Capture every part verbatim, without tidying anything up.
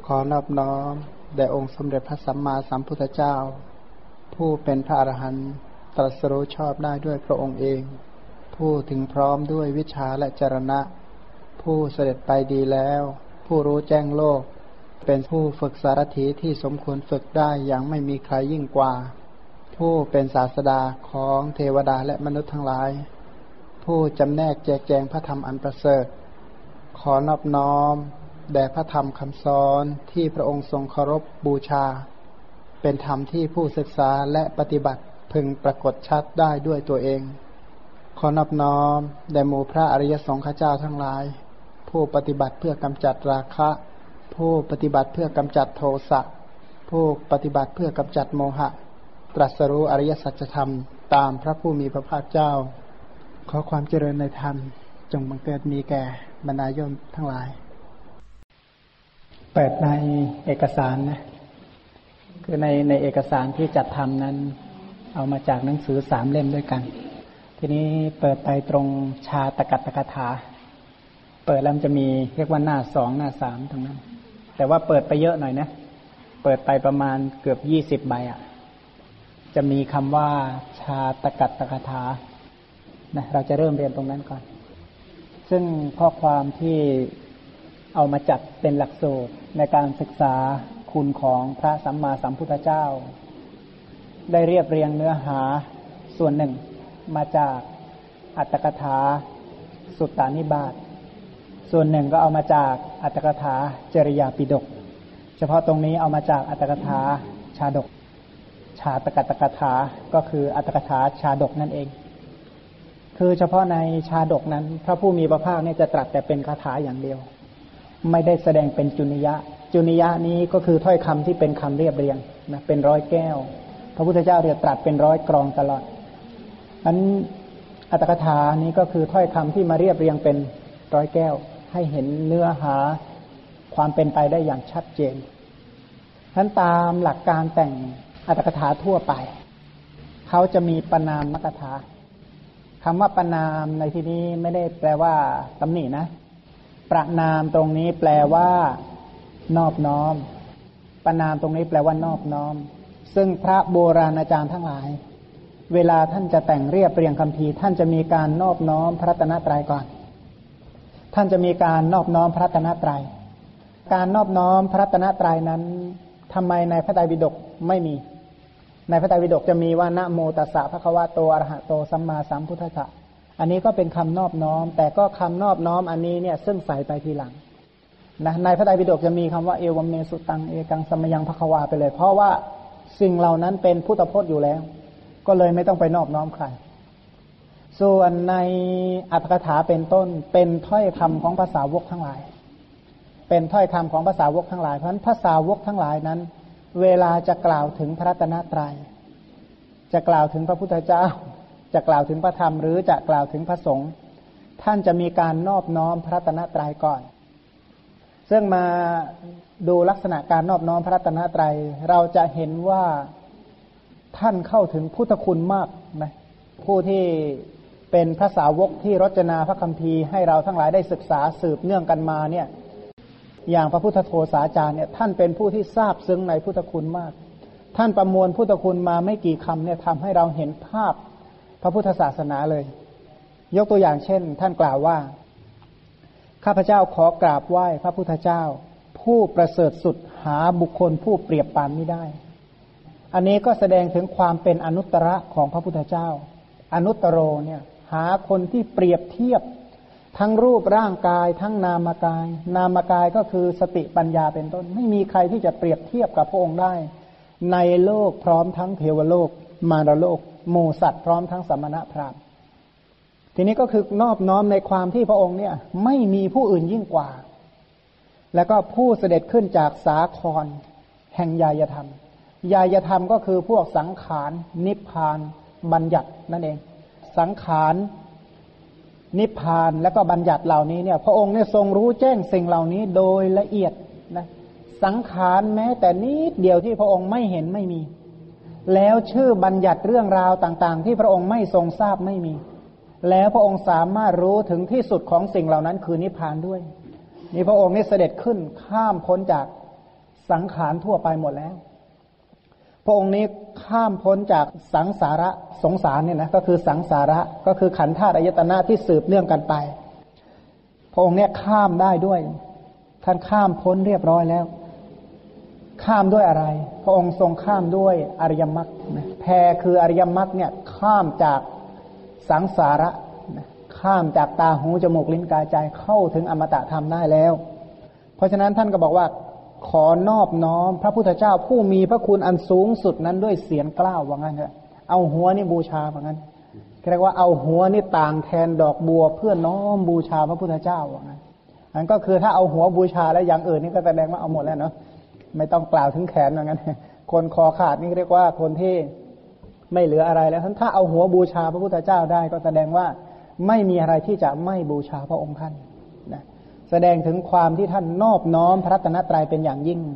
ขอนอบน้อมแด่องค์สมเด็จพระสัมมาสัมพุทธเจ้าผู้เป็นพระอรหันต์ตรัสรู้ชอบได้ด้วยพระองค์เองผู้ถึงพร้อมด้วยวิชาและจรณะผู้เสด็จไปดีแล้วผู้รู้แจ้งโลกเป็นผู้ฝึกสารถีที่สมควรฝึกได้อย่างไม่มีใครยิ่งกว่าผู้เป็นศาสดาของเทวดาและมนุษย์ทั้งหลายผู้จำแนกแจกแจงพระธรรมอันประเสริฐขอนอบน้อมแด่พระธรรมคำสอนที่พระองค์ทรงเคารพบูชาเป็นธรรมที่ผู้ศึกษาและปฏิบัติพึงปรากฏชัดได้ด้วยตัวเองขอนอบน้อมแด่หมู่พระอริยสงฆ์เจ้าทั้งหลายผู้ปฏิบัติเพื่อกำจัดราคะผู้ปฏิบัติเพื่อกำจัดโทสะผู้ปฏิบัติเพื่อกำจัดโมหะตรัสรู้อริยสัจธรรมตามพระผู้มีพระภาคเจ้าขอความเจริญในธรรมจงบังเกิดมีแก่บรรดาโยมทั้งหลายเปิดในเอกสารนะคือในในเอกสารที่จัดทำนั้นเอามาจากหนังสือสามเล่มด้วยกันทีนี้เปิดไปตรงชาตกัตตกถาเปิดแล้วมันจะมีเรียกว่าหน้าสองหน้าสามตรงนั้นแต่ว่าเปิดไปเยอะหน่อยนะเปิดไปประมาณเกือบยี่สิบใบอ่ะจะมีคำว่าชาตกัตตกถานะเราจะเริ่มเรียนตรงนั้นก่อนซึ่งข้อความที่เอามาจัดเป็นหลักสูตรในการศึกษาคุณของพระสัมมาสัมพุทธเจ้าได้เรียบเรียงเนื้อหาส่วนหนึ่งมาจากอัตถกถาสุตตานิบาตส่วนหนึ่งก็เอามาจากอัตถกถาจริยาปิฎกเฉพาะตรงนี้เอามาจากอัตถกถาชาดกชาตกัตตกถาก็คืออัตถกถาชาดกนั่นเองคือเฉพาะในชาดกนั้นพระผู้มีพระภาคเนี่ยจะตรัสแต่เป็นคาถาอย่างเดียวไม่ได้แสดงเป็นจุนิยะจุนิยะนี้ก็คือถ้อยคำที่เป็นคำเรียบเรียงนะเป็นร้อยแก้วพระพุทธเจ้าเรียกตรัสเป็นร้อยกรองตลอดอันอัตถกถานี้ก็คือถ้อยคำที่มาเรียบเรียงเป็นร้อยแก้วให้เห็นเนื้อหาความเป็นไปได้อย่างชัดเจนทั้นตามหลักการแต่งอัตถกถาทั่วไปเขาจะมีปนามกถาคำว่าปนามในที่นี้ไม่ได้แปลว่าตำหนินะประนามตรงนี้แปลว่านอบน้อมปนามตรงนี้แปลว่านอบน้อมซึ่งพระโบราณอาจารย์ทั้งหลายเวลาท่านจะแต่งเรียบเรียงคัมภีร์ท่านจะมีการนอบน้อมพระรัตนตรัยก่อนท่านจะมีการนอบน้อมพระรัตนตรัยการนอบน้อมพระรัตนตรัยนั้นทำไมในพระไตรปิฎกไม่มีในพระไตรปิฎกจะมีว่านะโมตัสสะภะคะวะโตอะระหะโตสัมมาสัมพุทธัสสะอันนี้ก็เป็นคำนอบน้อมแต่ก็คำนอบน้อมอันนี้เนี่ยซึ่งใส่ไปทีหลังนะในพระไตรปิฎกจะมีคำว่าเอวัมเมสุตังเอกังสัมมยังภควาไปเลยเพราะว่าสิ่งเหล่านั้นเป็นพุทธพจน์อยู่แล้วก็เลยไม่ต้องไปนอบน้อมใครส่วนในอัตถกถาเป็นต้นเป็นถ้อยคำของภาษาวกทั้งหลายเป็นถ้อยคำของภาษาวกทั้งหลายเพราะฉะนั้นภาษาวกทั้งหลายนั้นเวลาจะกล่าวถึงพระรัตนตรัยจะกล่าวถึงพระพุทธเจ้าจะกล่าวถึงพระธรรมหรือจะกล่าวถึงพระสงฆ์ท่านจะมีการนอบน้อมพระรัตนตรัยก่อนซึ่งมาดูลักษณะการนอบน้อมพระรัตนตรัยเราจะเห็นว่าท่านเข้าถึงพุทธคุณมากนะผู้ที่เป็นพระสาวกที่รจนาพระคัมภีร์ให้เราทั้งหลายได้ศึกษาสืบเนื่องกันมาเนี่ยอย่างพระพุทธโฆษาจารย์เนี่ยท่านเป็นผู้ที่ทราบซึ้งในพุทธคุณมากท่านประมวลพุทธคุณมาไม่กี่คำเนี่ยทำให้เราเห็นภาพพระพุทธศาสนาเลยยกตัวอย่างเช่นท่านกล่าวว่าข้าพเจ้าขอกราบไหว้พระพุทธเจ้าผู้ประเสริฐสุดหาบุคคลผู้เปรียบปานไม่ได้อันนี้ก็แสดงถึงความเป็นอนุตตรของพระพุทธเจ้าอนุตตโรเนี่ยหาคนที่เปรียบเทียบทั้งรูปร่างกายทั้งนามกายนามกายก็คือสติปัญญาเป็นต้นไม่มีใครที่จะเปรียบเทียบกับพระองค์ได้ในโลกพร้อมทั้งเทวโลกมารโลกหมู่สัตว์พร้อมทั้งสมณพราหมณ์ทีนี้ก็คือนอบน้อมในความที่พระองค์เนี่ยไม่มีผู้อื่นยิ่งกว่าแล้วก็ผู้เสด็จขึ้นจากสาครแห่งญาณธรรมญาณธรรมก็คือพวกสังขารนิพพานบัญญัตินั่นเองสังขารนิพพานแล้วก็บัญญัติเหล่านี้เนี่ยพระองค์เนี่ยทรงรู้แจ้งสิ่งเหล่านี้โดยละเอียดนะสังขารแม้แต่นิดเดียวที่พระองค์ไม่เห็นไม่มีแล้วชื่อบัญญัติเรื่องราวต่างๆที่พระองค์ไม่ทรงทราบไม่มีแล้วพระองค์สามารถรู้ถึงที่สุดของสิ่งเหล่านั้นคือนิพพานด้วยนี่พระองค์นี่เสด็จขึ้นข้ามพ้นจากสังขารทั่วไปหมดแล้วพระองค์นี้ข้ามพ้นจากสังสาระสงสารเนี่ยนะก็คือสังสาระก็คือขันธ์ธาตุอายตนะที่สืบเนื่องกันไปพระองค์เนี่ยข้ามได้ด้วยท่านข้ามพ้นเรียบร้อยแล้วข้ามด้วยอะไรพระองค์ทรงข้ามด้วยอริยมรรคนะแพรคืออริยมรรคเนี่ยข้ามจากสังสาระนะข้ามจากตาหูจมูกลิ้นกายใจเข้าถึงอมตะธรรมได้แล้วเพราะฉะนั้นท่านก็บอกว่าขอนอบน้อมพระพุทธเจ้าผู้มีพระคุณอันสูงสุดนั้นด้วยเสียงกล้าวว่างั้นเถอะเอาหัวนี่บูชาว่างั้นเรียกว่าเอาหัวนี่ต่างแทนดอกบัวเพื่อน้อมบูชาพระพุทธเจ้าว่างั้นอันก็คือถ้าเอาหัวบูชาแล้วอย่างอื่นนี่ก็แสดงว่าเอาหมดแล้วเนาะไม่ต้องกล่าวถึงแขนว่างั้นคนคอขาดนี่เรียกว่าคนที่ไม่เหลืออะไรแล้วถ้าเอาหัวบูชาพระพุทธเจ้าได้ก็แสดงว่าไม่มีอะไรที่จะไม่บูชาพระองค์ท่านนะแสดงถึงความที่ท่านนอบน้อมพระรัตนตรัยเป็นอย่างยิ่ง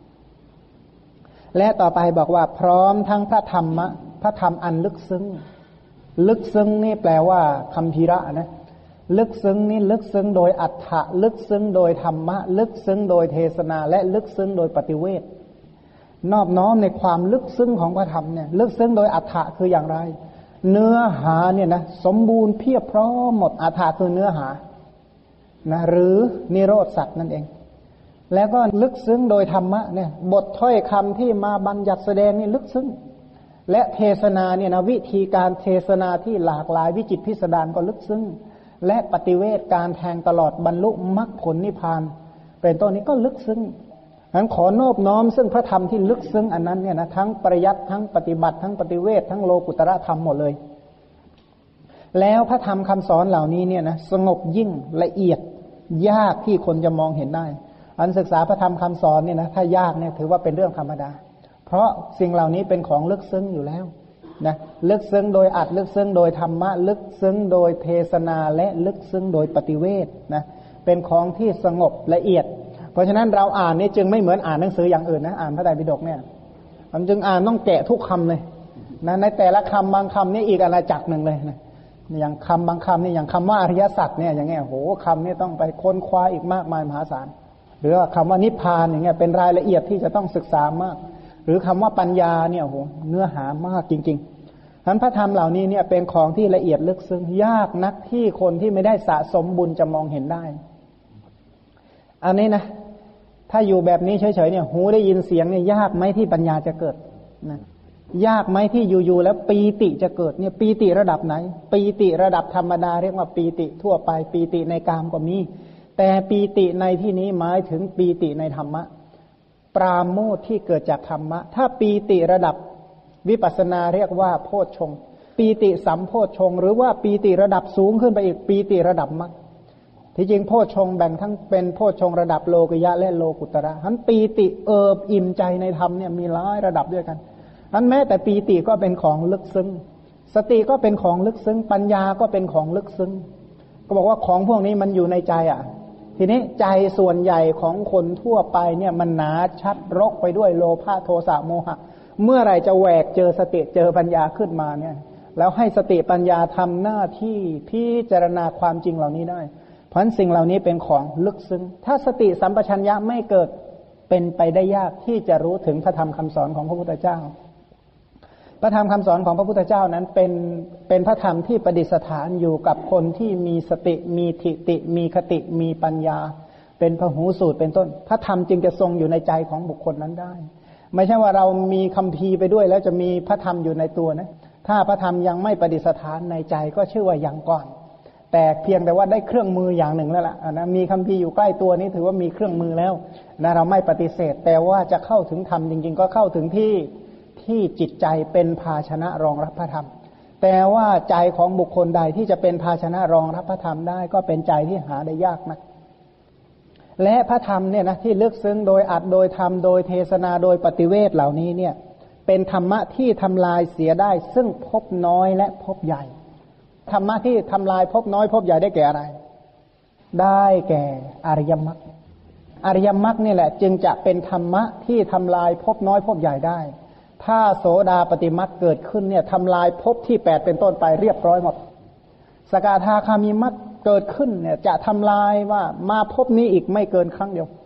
และต่อไปบอกว่าพร้อมทั้งพระธรรมะพระธรรมอันลึกซึ้งลึกซึ้งนี่แปลว่าคัมภีระนะลึกซึ้งนี่ลึกซึ้งโดยอัฏฐะลึกซึ้งโดยธรรมะลึกซึ้งโดยเทศนาและลึกซึ้งโดยปฏิเวทนอบน้อมในความลึกซึ้งของพระธรรมเนี่ยลึกซึ้งโดยอัฏฐะคืออย่างไรเนื้อหาเนี่ยนะสมบูรณ์เพียบพร้อมหมดอัฏฐะคือเนื้อหานะหรือนิโรธสัจนั่นเองแล้วก็ลึกซึ้งโดยธรรมะเนี่ยบทถ้อยคำที่มาบัญญัติแสดงนี่ลึกซึ้งและเทศนาเนี่ยนะวิธีการเทศนาที่หลากหลายวิจิตรพิสดารก็ลึกซึ้งและปฏิเวทการแทงตลอดบรรลุมรรคผลนิพพานเป็นต้นนี้ก็ลึกซึ้งงั้นขอนอบน้อมซึ่งพระธรรมที่ลึกซึ้งอันนั้นเนี่ยนะทั้งปริยัติทั้งปฏิบัติทั้งปฏิเวททั้งโลกุตระธรรมหมดเลยแล้วพระธรรมคำสอนเหล่านี้เนี่ยนะสงบยิ่งละเอียดยากที่คนจะมองเห็นได้อันศึกษาพระธรรมคำสอนเนี่ยนะถ้ายากเนี่ยถือว่าเป็นเรื่องธรรมดาเพราะสิ่งเหล่านี้เป็นของลึกซึ้งอยู่แล้วนะลึกซึ้งโดยอัดลึกซึ้งโดยธรรมะลึกซึ้งโดยเทศนาและลึกซึ้งโดยปฏิเวทนะเป็นของที่สงบละเอียดเพราะฉะนั้นเราอ่านนี่จึงไม่เหมือนอ่านหนังสืออย่างอื่นนะอ่านพระไตรปิฎกเนี่ยมันจึงอ่านต้องแกะทุกคำเลยนะในแต่ละคำบางคำนี่อีกอาณาจักรหนึ่งเลยนะอย่างคำบางคำนี่อย่างคำว่าอริยสัจเนี่ยอย่างเงี้ยโหคำนี่ต้องไปค้นคว้าอีกมากมายมหาศาลหรือว่าคำว่านิพพานอย่างเงี้ยเป็นรายละเอียดที่จะต้องศึกษามากหรือคำว่าปัญญาเนี่ยโหเนื้อหามากจริงๆฉะนั้นพระธรรมเหล่านี้เนี่ยเป็นของที่ละเอียดลึกซึ้งยากนักที่คนที่ไม่ได้สะสมบุญจะมองเห็นได้อันนี้นะถ้าอยู่แบบนี้เฉยๆเนี่ยหูได้ยินเสียงเนี่ยยากไหมที่ปัญญาจะเกิดนะยากไหมที่อยู่ๆแล้วปีติจะเกิดเนี่ยปีติระดับไหนปีติระดับธรรมดาเรียกว่าปีติทั่วไปปีติในกามก็มีแต่ปีติในที่นี้หมายถึงปีติในธรรมะปราโมทย์ที่เกิดจากธรรมะถ้าปีติระดับวิปัสสนาเรียกว่าโพชฌงค์ปีติสัมโพชฌงค์หรือว่าปีติระดับสูงขึ้นไปอีกปีติระดับมรรคที่จริงโพชฌงค์แบ่งทั้งเป็นโพชฌงค์ระดับโลกิยะและโลกุตระฉะนั้นปีติเอิบอิ่มใจในธรรมเนี่ยมีหลายระดับด้วยกันนั้นแม้แต่ปีติก็เป็นของลึกซึ้งสติก็เป็นของลึกซึ้งปัญญาก็เป็นของลึกซึ้งก็บอกว่าของพวกนี้มันอยู่ในใจอ่ะทีนี้ใจส่วนใหญ่ของคนทั่วไปเนี่ยมันหนาชัดรกไปด้วยโลภะโทสะโมหะเมื่อไหร่จะแหวกเจอสติเจอปัญญาขึ้นมาเนี่ยแล้วให้สติปัญญาทำหน้าที่พิจารณาความจริงเหล่านี้ได้เพราะฉะนั้นสิ่งเหล่านี้เป็นของลึกซึ้งถ้าสติสัมปชัญญะไม่เกิดเป็นไปได้ยากที่จะรู้ถึงพระธรรมคำสอนของพระพุทธเจ้าพระธรรมคำสอนของพระพุทธเจ้านั้นเป็นเป็นพระธรรมที่ประดิษฐานอยู่กับคนที่มีสติมีทิฏฐิมีคติมีปัญญาเป็นพหูสูตรเป็นต้นพระธรรมจึงจะทรงอยู่ในใจของบุคคลนั้นได้ไม่ใช่ว่าเรามีคัมภีร์ไปด้วยแล้วจะมีพระธรรมอยู่ในตัวนะถ้าพระธรรมยังไม่ประดิษฐานในใจก็ชื่อว่ายังก่อนแต่เพียงแต่ว่าได้เครื่องมืออย่างหนึ่งแล้วล่ะนะมีคัมภีร์อยู่ใกล้ตัวนี้ถือว่ามีเครื่องมือแล้วนะเราไม่ปฏิเสธแต่ว่าจะเข้าถึงธรรมจริงๆก็เข้าถึงที่ที่จิตใจเป็นภาชนะรองรับพระธรรมแต่ว่าใจของบุคคลใดที่จะเป็นภาชนะรองรับพระธรรมได้ก็เป็นใจที่หาได้ยากนะและพระธรรมเนี่ยนะที่ลึกซึ้งโดยอัดโดยธรรมโดยเทศนาโดยปฏิเวทเหล่านี้เนี่ยเป็นธรรมะที่ทำลายเสียได้ซึ่งภพน้อยและภพใหญ่ธรรมะที่ทำลายภพน้อยภพใหญ่ได้แก่อะไรได้แก่อริยมรรคอริยมรรคนี่แหละจึงจะเป็นธรรมะที่ทำลายภพน้อยภพใหญ่ได้ถ้าโสดาปัตติมรรคเกิดขึ้นเนี่ยทำลายภพที่แปดเป็นต้นไปเรียบร้อยหมดสกทาคามีมรรคเกิดขึ้นเนี่ยจะทำลายว่ามาภพนี้อีกไม่เกินครั้งเดียว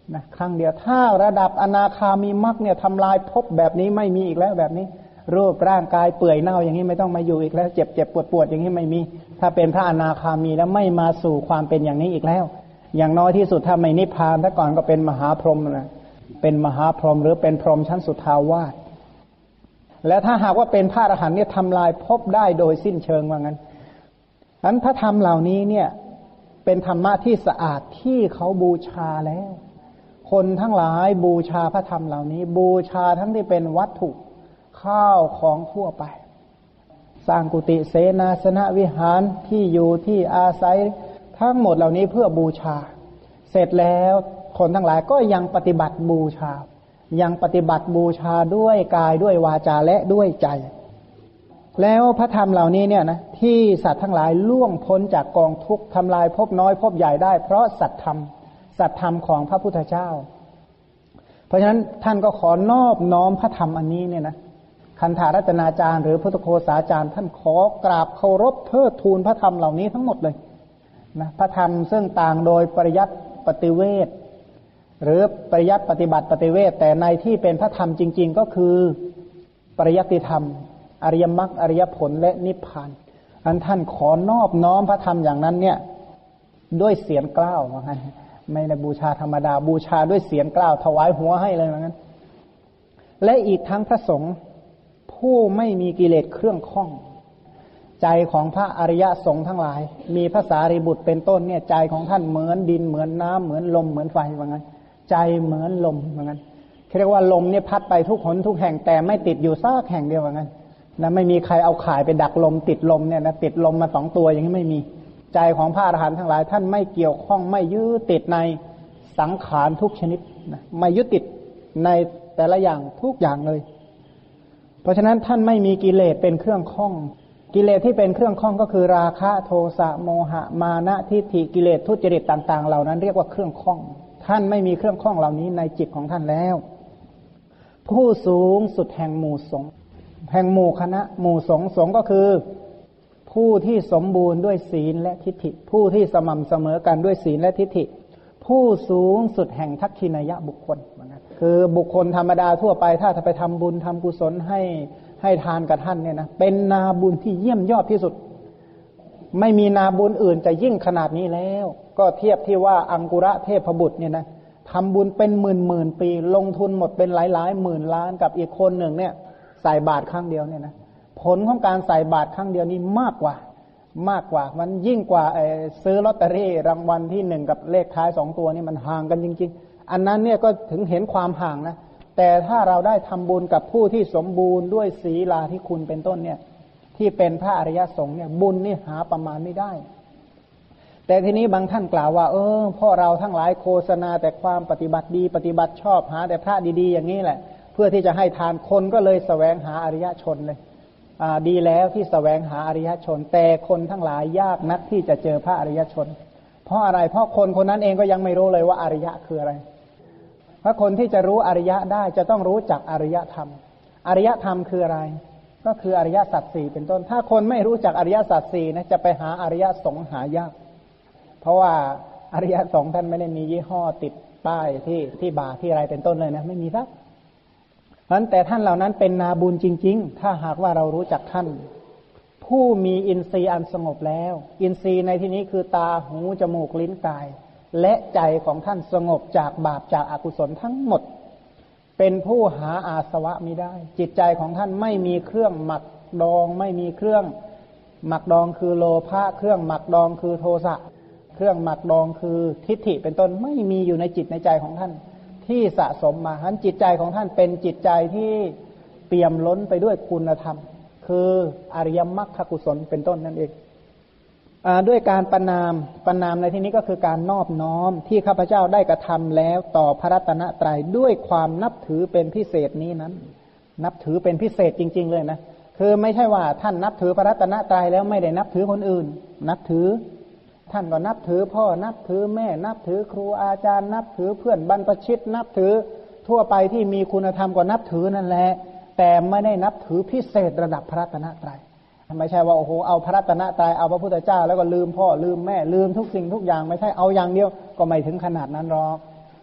นะครั้งเดียวถ้าระดับอนาคามีมรรคเนี่ยทำลายภพแบบนี้ไม่มีอีกแล้วแบบนี้รูปร่างกายเปื่อยเน่าอย่างนี้ไม่ต้องมาอยู่อีกแล้วเจ็บเจ็บปวดปวดอย่างนี้ไม่มีถ้าเป็นพระอนาคามีแล้วไม่มาสู่ความเป็นอย่างนี้อีกแล้วอย่างน้อยที่สุดถ้าไม่นิพพานถ้าก่อนก็เป็นมหาพรหมนะเป็นมหาพรหมหรือเป็นพรหมชั้นสุทาวาสและถ้าหากว่าเป็นพระอรหันต์เนี่ยทำลายภพได้โดยสิ้นเชิงว่างั้นนั้นพระธรรมเหล่านี้เนี่ยเป็นธรรมะที่สะอาดที่เขาบูชาแล้วคนทั้งหลายบูชาพระธรรมเหล่านี้บูชาทั้งที่เป็นวัตถุข้าวของทั่วไปสร้างกุฏิเสนาสนะวิหารที่อยู่ที่อาศัยทั้งหมดเหล่านี้เพื่อบูชาเสร็จแล้วคนทั้งหลายก็ยังปฏิบัติบูชายังปฏิบัติบูชาด้วยกายด้วยวาจาและด้วยใจแล้วพระธรรมเหล่านี้เนี่ยนะที่สัตว์ทั้งหลายล่วงพ้นจากกองทุกข์ทำลายภพน้อยภพใหญ่ได้เพราะสัตธรรมสัตธรรมของพระพุทธเจ้าเพราะฉะนั้นท่านก็ขอนอบน้อมพระธรรมอันนี้เนี่ยนะคันธารัตนาจารย์หรือพุทธโฆษาจารย์ท่านขอกราบเคารพเทิดทูนพระธรรมเหล่านี้ทั้งหมดเลยนะพระธรรมซึ่งต่างโดยปริยัติปฏิเวทหรือปริยัติปฏิบัติปฏิเวทแต่ในที่เป็นพระธรรมจริงๆก็คือปริยัติธรรมอริยมรรคอริยผลและนิพพานอันท่านขอนอบน้อมพระธรรมอย่างนั้นเนี่ยด้วยเสียงกล้าวว่างั้นไม่ได้บูชาธรรมดาบูชาด้วยเสียงกล้าวถวายหัวให้เลยว่างั้นและอีกทั้งพระสงฆ์ผู้ไม่มีกิเลสเครื่องข้องใจของพระอริยสงฆ์ทั้งหลายมีพระสารีบุตรเป็นต้นเนี่ยใจของท่านเหมือนดินเหมือนน้ำเหมือนลมเหมือนไฟว่างั้นใจเหมือนลมว่างั้นเรียกว่าลมเนี่ยพัดไปทุกหนทุกแห่งแต่ไม่ติดอยู่ซากแห่งเดียวว่างั้นนะไม่มีใครเอาข่ายไปดักลมติดลมเนี่ยนะติดลมมาสองตัวอย่างนี้ไม่มีใจของพระอรหันต์ทั้งหลายท่านไม่เกี่ยวข้องไม่ยึดติดในสังขารทุกชนิดนะไม่ยึดติดในแต่ละอย่างทุกอย่างเลยเพราะฉะนั้นท่านไม่มีกิเลสเป็นเครื่องข้องกิเลสที่เป็นเครื่องข้องก็คือราคะโทสะโมหะมานะทิฏฐิกิเลสทุจริตต่างๆเหล่านั้นเรียกว่าเครื่องข้องท่านไม่มีเครื่องข้องเหล่านี้ในจิตของท่านแล้วผู้สูงสุดแห่งหมู่สงฆ์แห่งหมู่คณะหมู่สงฆ์สงฆ์ก็คือผู้ที่สมบูรณ์ด้วยศีลและทิฏฐิผู้ที่สม่ำเสมอกันด้วยศีลและทิฏฐิผู้สูงสุดแห่งทักขินายะบุคคลคือบุคคลธรรมดาทั่วไปถ้าจะไปทำบุญทำกุศลให้ให้ทานกับท่านเนี่ยนะเป็นนาบุญที่เยี่ยมยอดที่สุดไม่มีนาบุญอื่นจะยิ่งขนาดนี้แล้วก็เทียบที่ว่าอังกุระเทพบุตรเนี่ยนะทำบุญเป็นหมื่นหมื่นปีลงทุนหมดเป็นหลายหลายหมื่นล้านกับอีกคนหนึ่งเนี่ยใส่บาตรครั้งเดียวเนี่ยนะผลของการใส่บาตรครั้งเดียวนี้มากกว่ามากกว่ามันยิ่งกว่าไอ้ซื้อลอตเตอรี่รางวัลที่หนึ่งกับเลขท้ายสองตัวนี่มันห่างกันจริงๆอันนั้นเนี่ยก็ถึงเห็นความห่างนะแต่ถ้าเราได้ทำบุญกับผู้ที่สมบูรณ์ด้วยศีลาธิคุณเป็นต้นเนี่ยที่เป็นพระอริยสงฆ์เนี่ยบุญนี่หาประมาณไม่ได้แต่ทีนี้บางท่านกล่าวว่าเออพ่อเราทั้งหลายโฆษณาแต่ความปฏิบัติดีปฏิบัติชอบหาแต่พระดีๆอย่างนี้แหละเพื่อที่จะให้ทานคนก็เลยแสวงหาอริยชนเลยอ่าดีแล้วที่แสวงหาอริยชนแต่คนทั้งหลายยากนักที่จะเจอพระอริยชนเพราะอะไรเพราะคนคนนั้นเองก็ยังไม่รู้เลยว่าอริยะคืออะไรเพราะคนที่จะรู้อริยะได้จะต้องรู้จักอริยธรรมอริยธรรมคืออะไรก็คืออริยสัจสี่เป็นต้นถ้าคนไม่รู้จักอริยสัจสี่นะจะไปหาอริยสงฆ์หายากเพราะว่าอริยสงฆ์ท่านไม่ได้มียี่ห้อติดป้ายที่ที่บาที่อะไรเป็นต้นเลยนะไม่มีสักเพราะฉะนั้นแต่ท่านเหล่านั้นเป็นนาบุญจริงๆถ้าหากว่าเรารู้จักท่านผู้มีอินทรีย์อันสงบแล้วอินทรีย์ในที่นี้คือตาหูจมูกลิ้นกายและใจของท่านสงบจากบาปจากอกุศลทั้งหมดเป็นผู้หาอาสวะมิได้จิตใจของท่านไม่มีเครื่องหมักดองไม่มีเครื่องหมักดองคือโลภะเครื่องหมักดองคือโทสะเครื่องหมักดองคือทิฏฐิเป็นต้นไม่มีอยู่ในจิตในใจของท่านที่สะสมมาทั้นจิตใจของท่านเป็นจิตใจที่เปี่ยมล้นไปด้วยคุณธรรมคืออริยมรรคกุศลเป็นต้นนั่นเองด้วยการประนามประนามในที่นี้ก็คือการนอบน้อมที่ข้าพเจ้าได้กระทำแล้วต่อพระรัตนตรัยด้วยความนับถือเป็นพิเศษนี้นั้นนับถือเป็นพิเศษจริงๆเลยนะคือไม่ใช่ว่าท่านนับถือพระรัตนตรัยแล้วไม่ได้นับถือคนอื่นนับถือท่านก็นับถือพ่อนับถือแม่นับถือครูอาจารย์นับถือเพื่อนบรรพชิตนับถือทั่วไปที่มีคุณธรรมก็นับถือนั่นแหละแต่ไม่ได้นับถือพิเศษระดับพระรัตนตรัยไม่ใช่ว่าโอ้โหเอาพระรัตนตรัยเอาพระพุทธเจ้าแล้วก็ลืมพ่อลืมแม่ลืมทุกสิ่งทุกอย่างไม่ใช่เอาอย่างเดียวก็ไม่ถึงขนาดนั้นหรอก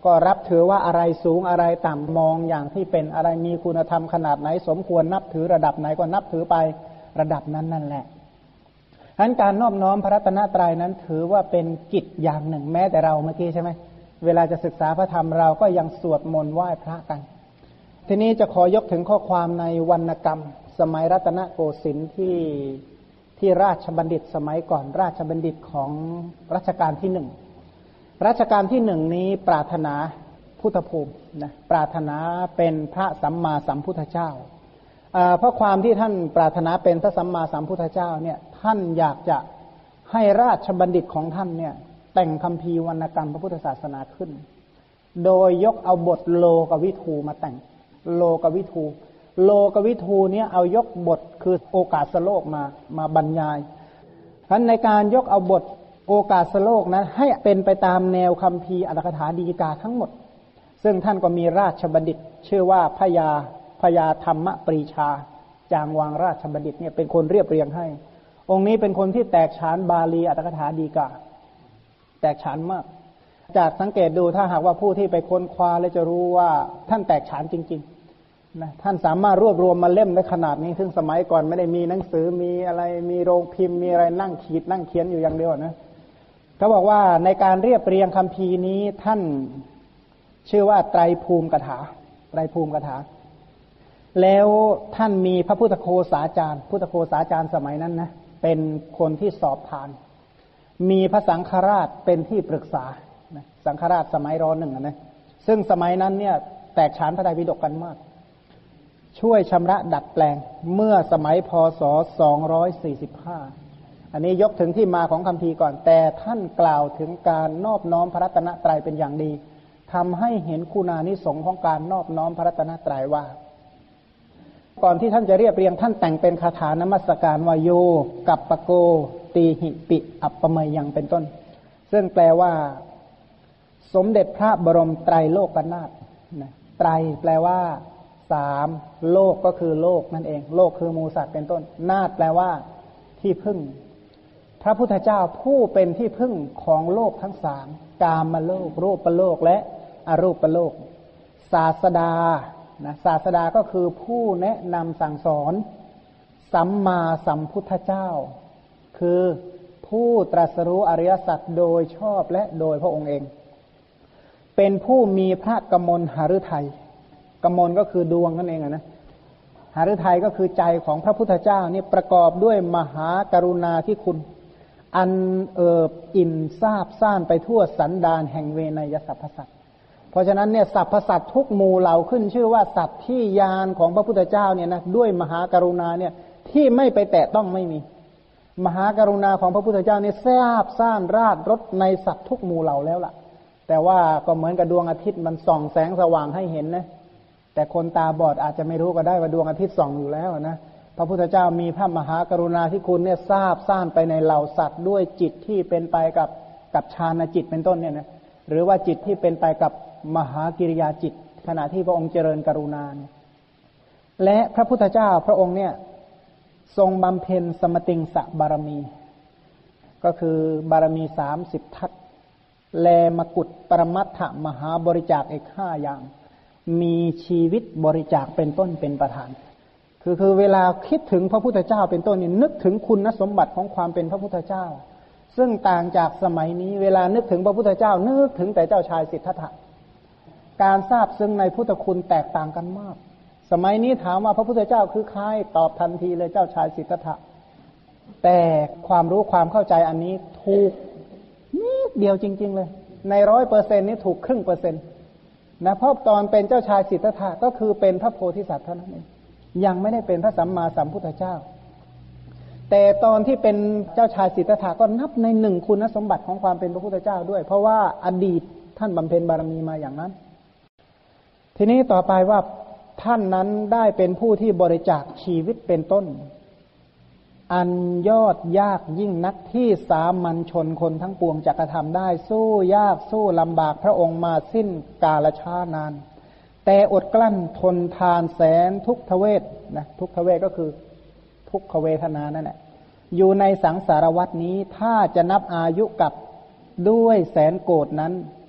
ก็รับถือว่าอะไรสูงอะไรต่ำมองอย่างที่เป็นอะไรมีคุณธรรมขนาดไหนสมควรนับถือระดับไหนก็นับถือไประดับนั้นนั่นแหละฉะนั้นการนอบน้อมพระรัตนตรัยนั้นถือว่าเป็นกิจอย่างหนึ่งแม้แต่เราเมื่อกี้ใช่ไหมเวลาจะศึกษาพระธรรมเราก็ยังสวดมนต์ไหว้พระกันทีนี้จะขอยกถึงข้อความในวรรณกรรมสมัยรัตนโกสินทร์ที่ที่ราชบัณฑิตสมัยก่อนราชบัณฑิตของรัชกาลที่หนึ่งรัชกาลที่หนึ่งนี้ปรารถนาพุทธภูมินะปรารถนาเป็นพระสัมมาสัมพุทธเจ้าเพราะความที่ท่านปรารถนาเป็นพระสัมมาสัมพุทธเจ้าเนี่ยท่านอยากจะให้ราชบัณฑิตของท่านเนี่ยแต่งคัมภีร์วรรณกรรมพระพุทธศาสนาขึ้นโดยยกเอาบทโลกวิทูมาแต่งโลกวิทูโลกวิทูเนี่ยเอายกบทคือโอกาสโลกมามาบรรยายเพราะในการยกเอาบทโอกาสโลกนั้นให้เป็นไปตามแนวคัมภีร์อรรถกถาดีกาทั้งหมดซึ่งท่านก็มีราชบัณฑิตชื่อว่าพญาพญาธรรมปรีชาจางวางราชบัณฑิตเนี่ยเป็นคนเรียบเรียงให้องค์นี้เป็นคนที่แตกฉานบาลีอรรถกถาดีกาแตกฉานมากจากสังเกตดูถ้าหากว่าผู้ที่ไปค้นคว้าแล้วจะรู้ว่าท่านแตกฉานจริงๆนะท่านสามารถรวบรวมมาเล่มได้ขนาดนี้ซึ่งสมัยก่อนไม่ได้มีหนังสือมีอะไรมีโรงพิมพ์มีอะไรนั่งขีดนั่งเขียนอยู่อย่างเดียวนะเขาบอกว่าในการเรียบเรียงคัมภีร์นี้ท่านชื่อว่าไตรภูมิกถาไตรภูมิกถาแล้วท่านมีพระพุทธโฆษาจารย์พุทธโฆษาจารย์สมัยนั้นนะเป็นคนที่สอบทานมีพระสังฆราชเป็นที่ปรึกษาสังฆราชสมัยรอหนึ่งนะซึ่งสมัยนั้นเนี่ยแตกฉานพระไตรปิฎกกันมากช่วยชำระดัดแปลงเมื่อสมัยพ.ศ. สองร้อยสี่สิบห้าอันนี้ยกถึงที่มาของคัมภีร์ก่อนแต่ท่านกล่าวถึงการนอบน้อมพระรัตนตรัยเป็นอย่างดีทำให้เห็นคุณานิสงส์ของการนอบน้อมพระรัตนตรัยว่าก่อนที่ท่านจะเรียบเรียงท่านแต่งเป็นคาถานมัสการวโยกัปปโกตีหิปิอัปปเมยังเป็นต้นซึ่งแปลว่าสมเด็จพระบรมไตรโลกนาถนะไตรแปลว่าสามโลกก็คือโลกนั่นเองโลกคือมูสัตว์เป็นต้นนาถแปลว่าที่พึ่งพระพุทธเจ้าผู้เป็นที่พึ่งของโลกทั้งสามกามโลกรูปโลกและอรูปโลกศาสดานะศาสดาก็คือผู้แนะนำสั่งสอนสัมมาสัมพุทธเจ้าคือผู้ตรัสรู้อริยสัจโดยชอบและโดยพระองค์เองเป็นผู้มีพระกมลหฤทัยกมลก็คือดวงนั่นเองนะหฤทัยก็คือใจของพระพุทธเจ้านี่ประกอบด้วยมหากรุณาธิคุณอันเอิบอิ่มซาบซ่านไปทั่วสันดานแห่งเวนยสัพพสัตว์เพราะฉะนั้นเนี่ยสัพพสัตว์ทุกหมู่เหล่าขึ้นชื่อว่าสัตว์ที่ญาณของพระพุทธเจ้าเนี่ยนะด้วยมหากรุณาเนี่ยที่ไม่ไปแตะต้องไม่มีมหากรุณาของพระพุทธเจ้านี่แซ่บซ่านราดรสในสัตว์ทุกหมู่เหล่าแล้วล่ะแต่ว่าก็เหมือนกับดวงอาทิตย์มันส่องแสงสว่างให้เห็นนะแต่คนตาบอดอาจจะไม่รู้ก็ได้ว่าดวงอาทิตย์ส่องอยู่แล้วนะพระพุทธเจ้ามีพระมหากรุณาธิคุณเนี่ยทราบซ่านไปในเหล่าสัตว์ด้วยจิตที่เป็นไปกับกับฌานจิตเป็นต้นเนี่ยนะหรือว่าจิตที่เป็นไปกับมหากิริยาจิตขณะที่พระองค์เจริญกรุณาเนี่ยและพระพุทธเจ้าพระองค์เนี่ยทรงบำเพ็ญสมติงสบารมีก็คือบารมีสามสิบทัศแลมกุฏปรมัตถมหาบริจาคเอกห้าอย่างมีชีวิตบริจาคเป็นต้นเป็นประธานคือคือเวลาคิดถึงพระพุทธเจ้าเป็นต้นนี่นึกถึงคุณสมบัติของความเป็นพระพุทธเจ้าซึ่งต่างจากสมัยนี้เวลานึกถึงพระพุทธเจ้านึกถึงแต่เจ้าชายสิทธัตถะการทราบซึ้งในพุทธคุณแตกต่างกันมากสมัยนี้ถามว่าพระพุทธเจ้าคือใครตอบทันทีเลยเจ้าชายสิทธัตถะแต่ความรู้ความเข้าใจอันนี้ถูกนิดเดียวจริงๆเลยในร้อยเปอร์เซ็นต์นี้ถูกครึ่งเปอร์เซ็นต์นะเพราะตอนเป็นเจ้าชายสิทธัตถะก็คือเป็นพระโพธิสัตว์เท่านั้นเองยังไม่ได้เป็นพระสัมมาสัมพุทธเจ้าแต่ตอนที่เป็นเจ้าชายสิทธัตถะก็นับในหนึ่งคุณสมบัติของความเป็นพระพุทธเจ้าด้วยเพราะว่าอดีตท่านบำเพ็ญบารมีมาอย่างนั้นทีนี้ต่อไปว่าท่านนั้นได้เป็นผู้ที่บริจาคชีวิตเป็นต้นอันยอดยากยิ่งนักที่สามัญชนคนทั้งปวงจะกระทำได้สู้ยากสู้ลำบากพระองค์มาสิ้นกาลช้านานแต่อดกลั้นทนทานแสนทุกขเวทนะทุกขเวทก็คือทุกขเวทนานั่นแหละอยู่ในสังสารวัฏนี้ถ้าจะนับอายุกับด้วยแสนโกฏนั้น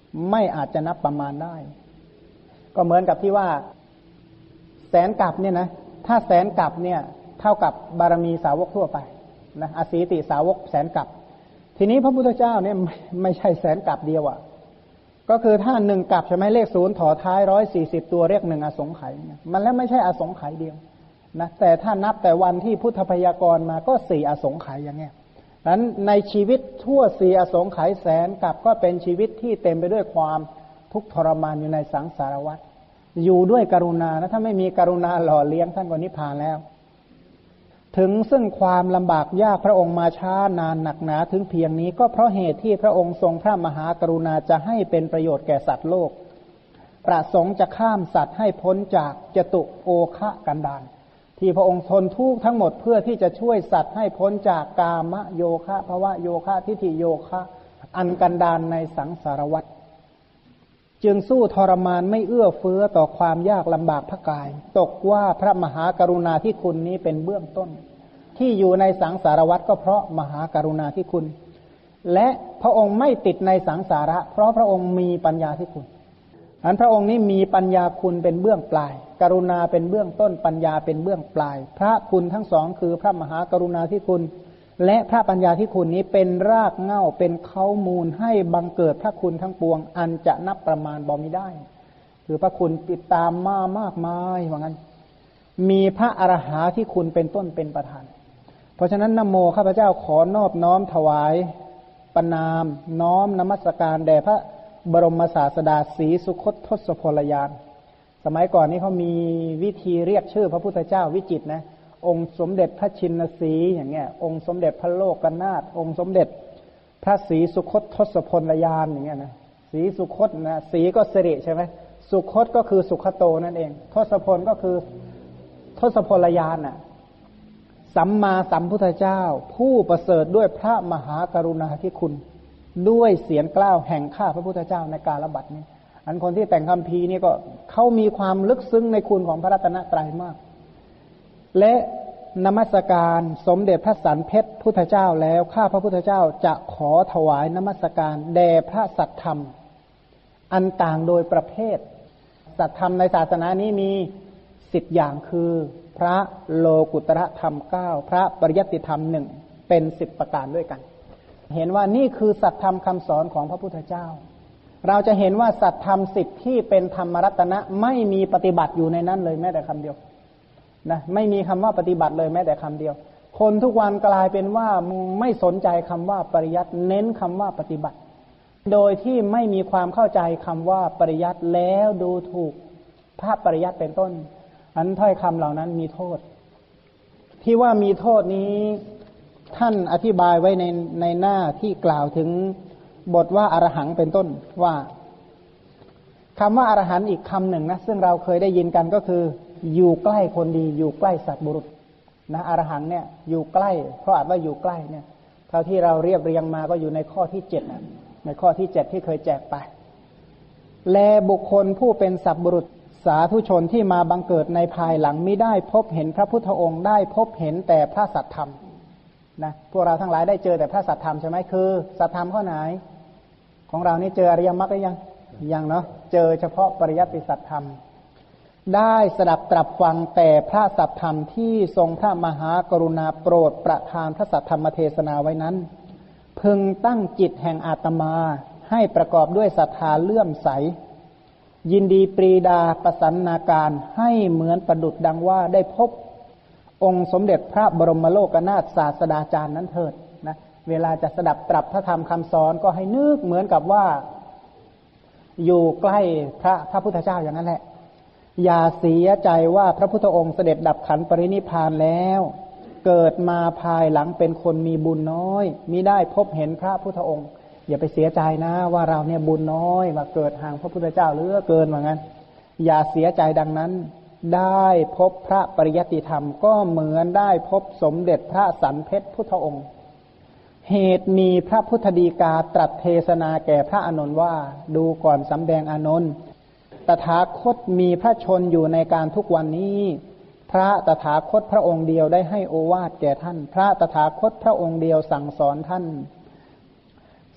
ไม่อาจจะนับประมาณได้ก็เหมือนกับที่ว่าแสนกัปเนี่ยนะถ้าแสนกัปเนี่ยเท่ากับบารมีสาวกทั่วไปนะอสีติสาวกแสนกัปทีนี้พระพุทธเจ้าเนี่ยไม่ไม่ใช่แสนกัปเดียวอ่ะก็คือถ้าหนึ่งกัปใช่ไหมเลขศูนย์ถอท้ายร้อยสี่สิบตัวเรียกหนึ่งอสงไขยมันแล้วไม่ใช่อสงไขยเดียวนะแต่ถ้านับแต่วันที่พุทธพยากรณ์มาก็สี่อสงไขยอย่างเงี้ยนั้นในชีวิตทั่วสี่อสงไขยแสนกัปก็เป็นชีวิตที่เต็มไปด้วยความทุกข์ทรมานอยู่ในสังสารวัฏอยู่ด้วยกรุณานะถ้าไม่มีกรุณาหล่อเลี้ยงท่านก็นิพพานแล้วถึงซึ่งความลำบากยากพระองค์มาช้านานหนักหนาถึงเพียงนี้ก็เพราะเหตุที่พระองค์ทรงพระมหากรุณาจะให้เป็นประโยชน์แก่สัตว์โลกประสงค์จะข้ามสัตว์ให้พ้นจากจตุโอคะกันดารที่พระองค์ทนทุกข์ทั้งหมดเพื่อที่จะช่วยสัตว์ให้พ้นจากกามโยคะภวะโยคะทิฏฐิโยคะอันกันดารในสังสารวัฏจึงสู้ทรมานไม่เอื้อเฟื้อต่อความยากลำบากพระกายตกว่าพระมหากรุณาธิคุณนี้เป็นเบื้องต้นที่อยู่ในสังสารวัฏก็เพราะมหากรุณาธิคุณและพระองค์ไม่ติดในสังสาระเพราะพระองค์มีปัญญาธิคุณอันพระองค์นี้มีปัญญาคุณเป็นเบื้องปลายกรุณาเป็นเบื้องต้นปัญญาเป็นเบื้องปลายพระคุณทั้งสองคือพระมหากรุณาธิคุณและพระปัญญาธิคุณนี้เป็นรากเหง้าเป็นเค้ามูลให้บังเกิดพระคุณทั้งปวงอันจะนับประมาณบ่มิได้คือพระคุณติดตามมามากมายว่างั้นมีพระอรหาธิคุณเป็นต้นเป็นประธานเพราะฉะนั้นนะโมข้าพเจ้าขอนอบน้อมถวายประนามน้อมนมัสการแด่พระบรมศาสดาศรีสุคตทศพลยานสมัยก่อนนี้เขามีวิธีเรียกชื่อพระพุทธเจ้าวิจิตรนะองค์สมเด็จพระชินสีห์อย่างเงี้ยองค์สมเด็จพระโลกนาถองค์สมเด็จพระศรีสุคตทศพลยานอย่างเงี้ยนะศรีสุคตนะศรีก็สิริใช่ไหมสุคตก็คือสุขโตนั่นเองทศพลก็คือทศพลยานน่ะสัมมาสัมพุทธเจ้าผู้ประเสริฐด้วยพระมหากรุณาธิคุณด้วยเสียงกล้าวแห่งข้าพระพุทธเจ้าในกาลบัดนี้อันคนที่แต่งคัมภีร์นี่ก็เขามีความลึกซึ้งในคุณของพระรัตนตรัยมากและนมัสการสมเด็จพระสันเพชรพุทธเจ้าแล้วข้าพระพุทธเจ้าจะขอถวายนมัสการแด่พระสัทธรรมอันต่างโดยประเภทสัทธรรมในศาสนานี้มีสิบอย่างคือพระโลกุตระธรรมเก้าพระปริยัติธรรมหนึ่งเป็นสิบประการด้วยกันเห็นว่านี่คือสัทธรรมคำสอนของพระพุทธเจ้าเราจะเห็นว่าสัทธรรมสิบที่เป็นธรรมรัตนะไม่มีปฏิบัติอยู่ในนั้นเลยแม้แต่คำเดียวนะไม่มีคำว่าปฏิบัติเลยแม้แต่คำเดียวคนทุกวันกลายเป็นว่าไม่สนใจคำว่าปริยัติเน้นคำว่าปฏิบัติโดยที่ไม่มีความเข้าใจคำว่าปริยัติแล้วดูถูกพระปริยัติเป็นต้นอันถ้อยคำเหล่านั้นมีโทษที่ว่ามีโทษนี้ท่านอธิบายไว้ในในหน้าที่กล่าวถึงบทว่าอรหังเป็นต้นว่าคำว่าอรหันต์อีกคำหนึ่งนะซึ่งเราเคยได้ยินกันก็คืออยู่ใกล้คนดีอยู่ใกล้สัตว์บุรุษนะอรหังเนี่ยอยู่ใกล้เพราะอาจว่าอยู่ใกล้เนี่ยเท่าที่เราเรียบเรียงมาก็อยู่ในข้อที่เจ็ดนะในข้อที่เจ็ดที่เคยแจกไปและบุคคลผู้เป็นสัตว์บุรุษสาธุชนที่มาบังเกิดในภายหลังมิได้พบเห็นพระพุทธองค์ได้พบเห็นแต่พระสัทธรรมนะพวกเราทั้งหลายได้เจอแต่พระสัทธรรมใช่ไหมคือสัทธรรมข้อไหนของเรานี่เจออริยมรรคหรือยังยังเนาะเจอเฉพาะปริยัติสัทธรรมได้สดับตรับฟังแต่พระสัทธรรมที่ทรงพระมหากรุณาโปรดประทานพระสัทธรรมเทศนาไว้นั้นพึงตั้งจิตแห่งอาตมาให้ประกอบด้วยศรัทธาเลื่อมใสยินดีปรีดาประสันนาการให้เหมือนประดุจดังว่าได้พบองค์สมเด็จพระบรมโลกนาถศาสดาจารย์นั้นเถิดนะเวลาจะสดับตรับพระธรรมคำสอนก็ให้นึกเหมือนกับว่าอยู่ใกล้พระพระพุทธเจ้าอย่างนั้นแหละอย่าเสียใจว่าพระพุทธองค์เสด็จดับขันปรินิพพานแล้วเกิดมาภายหลังเป็นคนมีบุญน้อยมิได้พบเห็นพระพุทธองค์อย่าไปเสียใจนะว่าเราเนี่ยบุญน้อยว่าเกิดห่างพระพุทธเจ้าเหลือเกินว่างั้นอย่าเสียใจดังนั้นได้พบพระปริยัติธรรมก็เหมือนได้พบสมเด็จพระสันเพชรพุทธองค์เหตุมีพระพุทธดีกาตรัสเทศนาแก่พระอานนท์ว่าดูก่อนสำแดงอานนท์ตถาคตมีพระชนอยู่ในการทุกวันนี้พระตถาคตพระองค์เดียวได้ให้โอวาทแก่ท่านพระตถาคตพระองค์เดียวสั่งสอนท่าน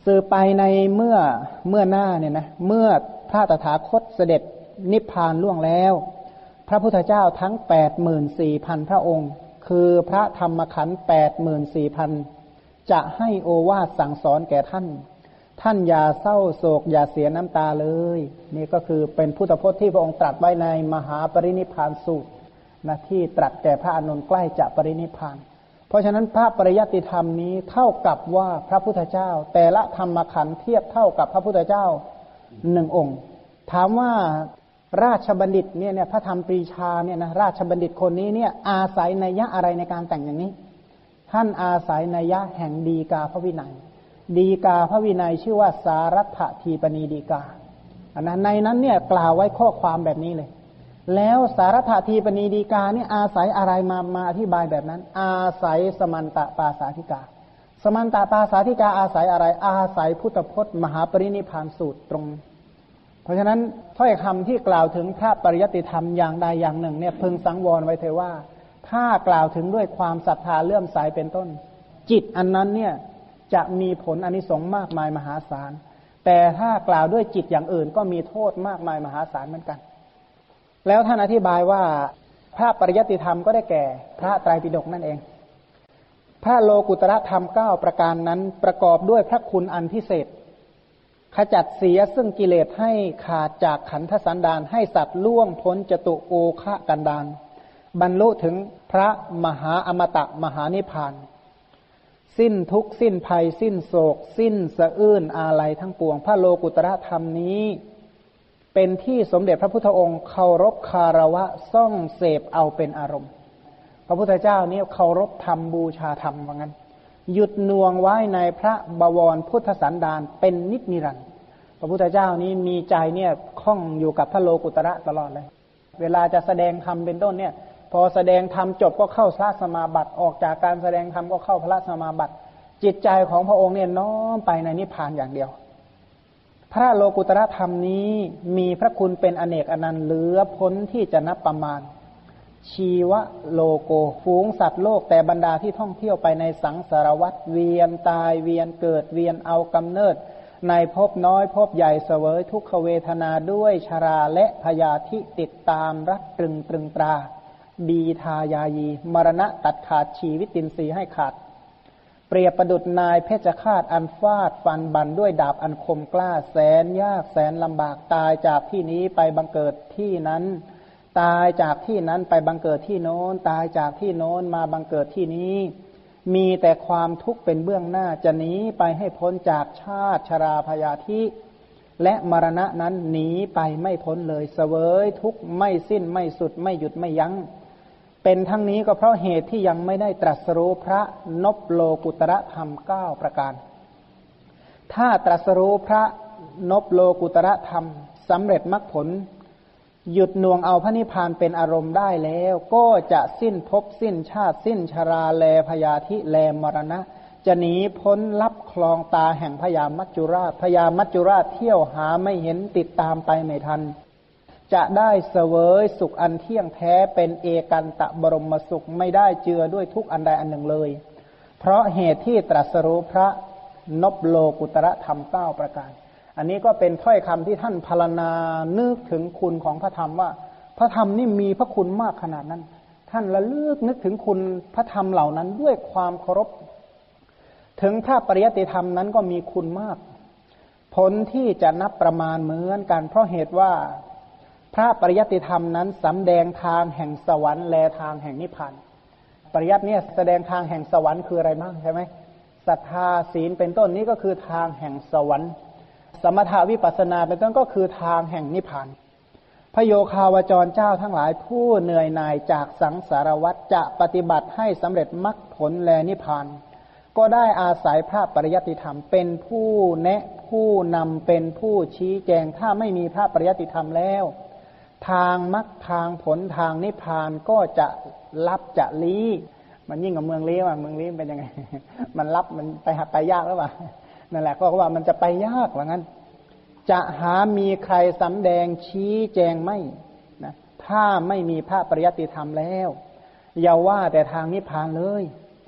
สืบไปในเมื่อเมื่อหน้าเนี่ยนะเมื่อพระตถาคตเสด็จนิพพานล่วงแล้วพระพุทธเจ้าทั้ง แปดหมื่นสี่พัน พระองค์คือพระธรรมขันธ์ แปดหมื่นสี่พัน จะให้โอวาทสั่งสอนแก่ท่านท่านอย่าเศร้าโศกอย่าเสียน้ำตาเลยนี่ก็คือเป็นพุทธพจน์ที่พระองค์ตรัสไว้ในมหาปรินิพพานสูตรนะที่ตรัสแก่พระอานนท์ใกล้จะปรินิพพานเพราะฉะนั้นพระปริยัติธรรมนี้เท่ากับว่าพระพุทธเจ้าแต่ละธรรมขันธ์เทียบเท่ากับพระพุทธเจ้าหนึ่งองค์ถามว่าราชบัณฑิตเนี่ยเนี่ยพระธรรมปรีชาเนี่ยนะราชบัณฑิตคนนี้เนี่ยอาศัยนัยยะอะไรในการแต่งอย่างนี้ท่านอาศัยนัยยะแห่งดีกาพระวินัยดีกาพระวินัยชื่อว่าสารัตถทีปณีดีกาอันนั้นในนั้นเนี่ยกล่าวไว้ข้อความแบบนี้เลยแล้วสารัตถทีปณีดีกาเนี่ยอาศัยอะไรมามาอธิบายแบบนั้นอาศัยสมันตปาสาธิกาสมันตปาสาธิกาอาศัยอะไรอาศัยพุทธพจน์มหาปรินิพพานสูตรตรงเพราะฉะนั้นถ้อยคำที่กล่าวถึงพระปริยัติธรรมอย่างใดอย่างหนึ่งเนี่ยพึงสังวรไว้เถอะว่าถ้ากล่าวถึงด้วยความศรัทธาเลื่อมใสเป็นต้นจิตอันนั้นเนี่ยจะมีผลอานิสงส์มากมายมหาศาลแต่ถ้ากล่าวด้วยจิตอย่างอื่นก็มีโทษมากมายมหาศาลเหมือนกันแล้วท่านอธิบายว่าพระปริยัติธรรมก็ได้แก่พระไตรปิฎกนั่นเองพระโลกุตระธรรมเก้าประการนั้นประกอบด้วยพระคุณอันพิเศษขจัดเสียซึ่งกิเลสให้ขาดจากขันธสันดานให้สัตว์ล่วงพ้นจตุโอคะกันดารบรรลุถึงพระมหาอมตะมหานิพพานสิ้นทุกข์สิ้นภัยสิ้นโศกสิ้นสะอื้นอาลัยทั้งปวงพระโลกุตระธรรมนี้เป็นที่สมเด็จพระพุทธองค์เคารพคารวะซ่องเสพเอาเป็นอารมณ์พระพุทธเจ้านี่เคารพธรรมบูชาธรรมว่างั้นหยุดน่วงไว้ในพระบวรพุทธสันดานเป็นนิจนิรันดร์พระพุทธเจ้านี้มีใจเนี่ยคล้องอยู่กับพระโลกุตระตลอดเลยเวลาจะแสดงธรรมเป็นต้นเนี่ยพอแสดงธรรมจบก็เข้าพระสมาบัติออกจากการแสดงธรรมก็เข้าพระสมาบัติจิตใจของพระองค์เนี่ยน้อมไปในนิพพานอย่างเดียวพระโลกุตระธรรมนี้มีพระคุณเป็นอเนกอนันต์เหลือพ้นที่จะนับประมาณชีวโลโกฝูงสัตว์โลกแต่บรรดาที่ท่องเที่ยวไปในสังสารวัฏเวียนตายเวียนเกิดเวียนเอากำเนิดในภพน้อยภพใหญ่เสวยทุกขเวทนาด้วยชราและพยาธิติดตามรัดตรึงตรึงตราบีทายายีมรณะตัดขาดชีวิตินทรีย์ให้ขาดเปรียบประดุจนายเพชฌฆาตอันฟาดฟันบันด้วยดาบอันคมกล้าแสนยากแสนลำบากตายจากที่นี้ไปบังเกิดที่นั้นตายจากที่นั้นไปบังเกิดที่โน้นตายจากที่โน้นมาบังเกิดที่นี้มีแต่ความทุกข์เป็นเบื้องหน้าจะหนีไปให้พ้นจากชาติชราพยาธิและมรณะนั้นหนีไปไม่พ้นเลยเสวยทุกข์ไม่สิ้นไม่สุดไม่หยุดไม่ยั้งเป็นทั้งนี้ก็เพราะเหตุที่ยังไม่ได้ตรัสรู้พระนพโลกุตระธรรมเก้าประการถ้าตรัสรู้พระนพโลกุตระธรรมสำเร็จมรรคผลหยุดน่วงเอาพระนิพพานเป็นอารมณ์ได้แล้วก็จะสิ้นภพสิ้นชาติสิ้นชราแลพยาธิแลมรณะจะหนีพ้นลับคลองตาแห่งพญามัจจุราชพญามัจจุราชเที่ยวหาไม่เห็นติดตามไปไม่ทันจะได้เสวยสุขอันเที่ยงแท้เป็นเอกันตะบรมสุขไม่ได้เจือด้วยทุกอันใดอันหนึ่งเลยเพราะเหตุที่ตรัสรู้พระนพโลกุตระธรรมเก้าประการอันนี้ก็เป็นถ้อยคำที่ท่านพรรณนานึกถึงคุณของพระธรรมว่าพระธรรมนี่มีพระคุณมากขนาดนั้นท่านระลึกนึกถึงคุณพระธรรมเหล่านั้นด้วยความเคารพถึงพระปริยัติธรรมนั้นก็มีคุณมากผลที่จะนับประมาณเหมือนกันเพราะเหตุว่าพระปริยัติธรรมนั้นสำแดงทางแห่งสวรรค์และทางแห่งนิพพานปริยัติเนี่ยแสดงทางแห่งสวรรค์คืออะไรบ้างใช่ไหมศรัทธาศีลเป็นต้นนี้ก็คือทางแห่งสวรรค์สมถาวิปัสสนาเป็นต้นก็คือทางแห่งนิพพานพระโยคาวจรเจ้าทั้งหลายผู้เหนื่อยหน่ายจากสังสารวัฏจะปฏิบัติให้สำเร็จมรรคผลและนิพพานก็ได้อาศัยพระปริยัติธรรมเป็นผู้แนะผู้นำเป็นผู้ชี้แจงถ้าไม่มีพระปริยัติธรรมแล้วทางมรรคทางผลทางนิพพานก็จะลับจะลี้มันยิ่งกว่าเมืองลี้ว่ะเมืองลี้เป็นยังไงมันลับมันไปหาไปยากหรือเปล่านั่นแหละก็ว่ามันจะไปยากว่างั้นจะหามีใครสำแดงชี้แจงไม่นะถ้าไม่มีพระปริยัติธรรมแล้วอย่าว่าแต่ทางนิพพานเลย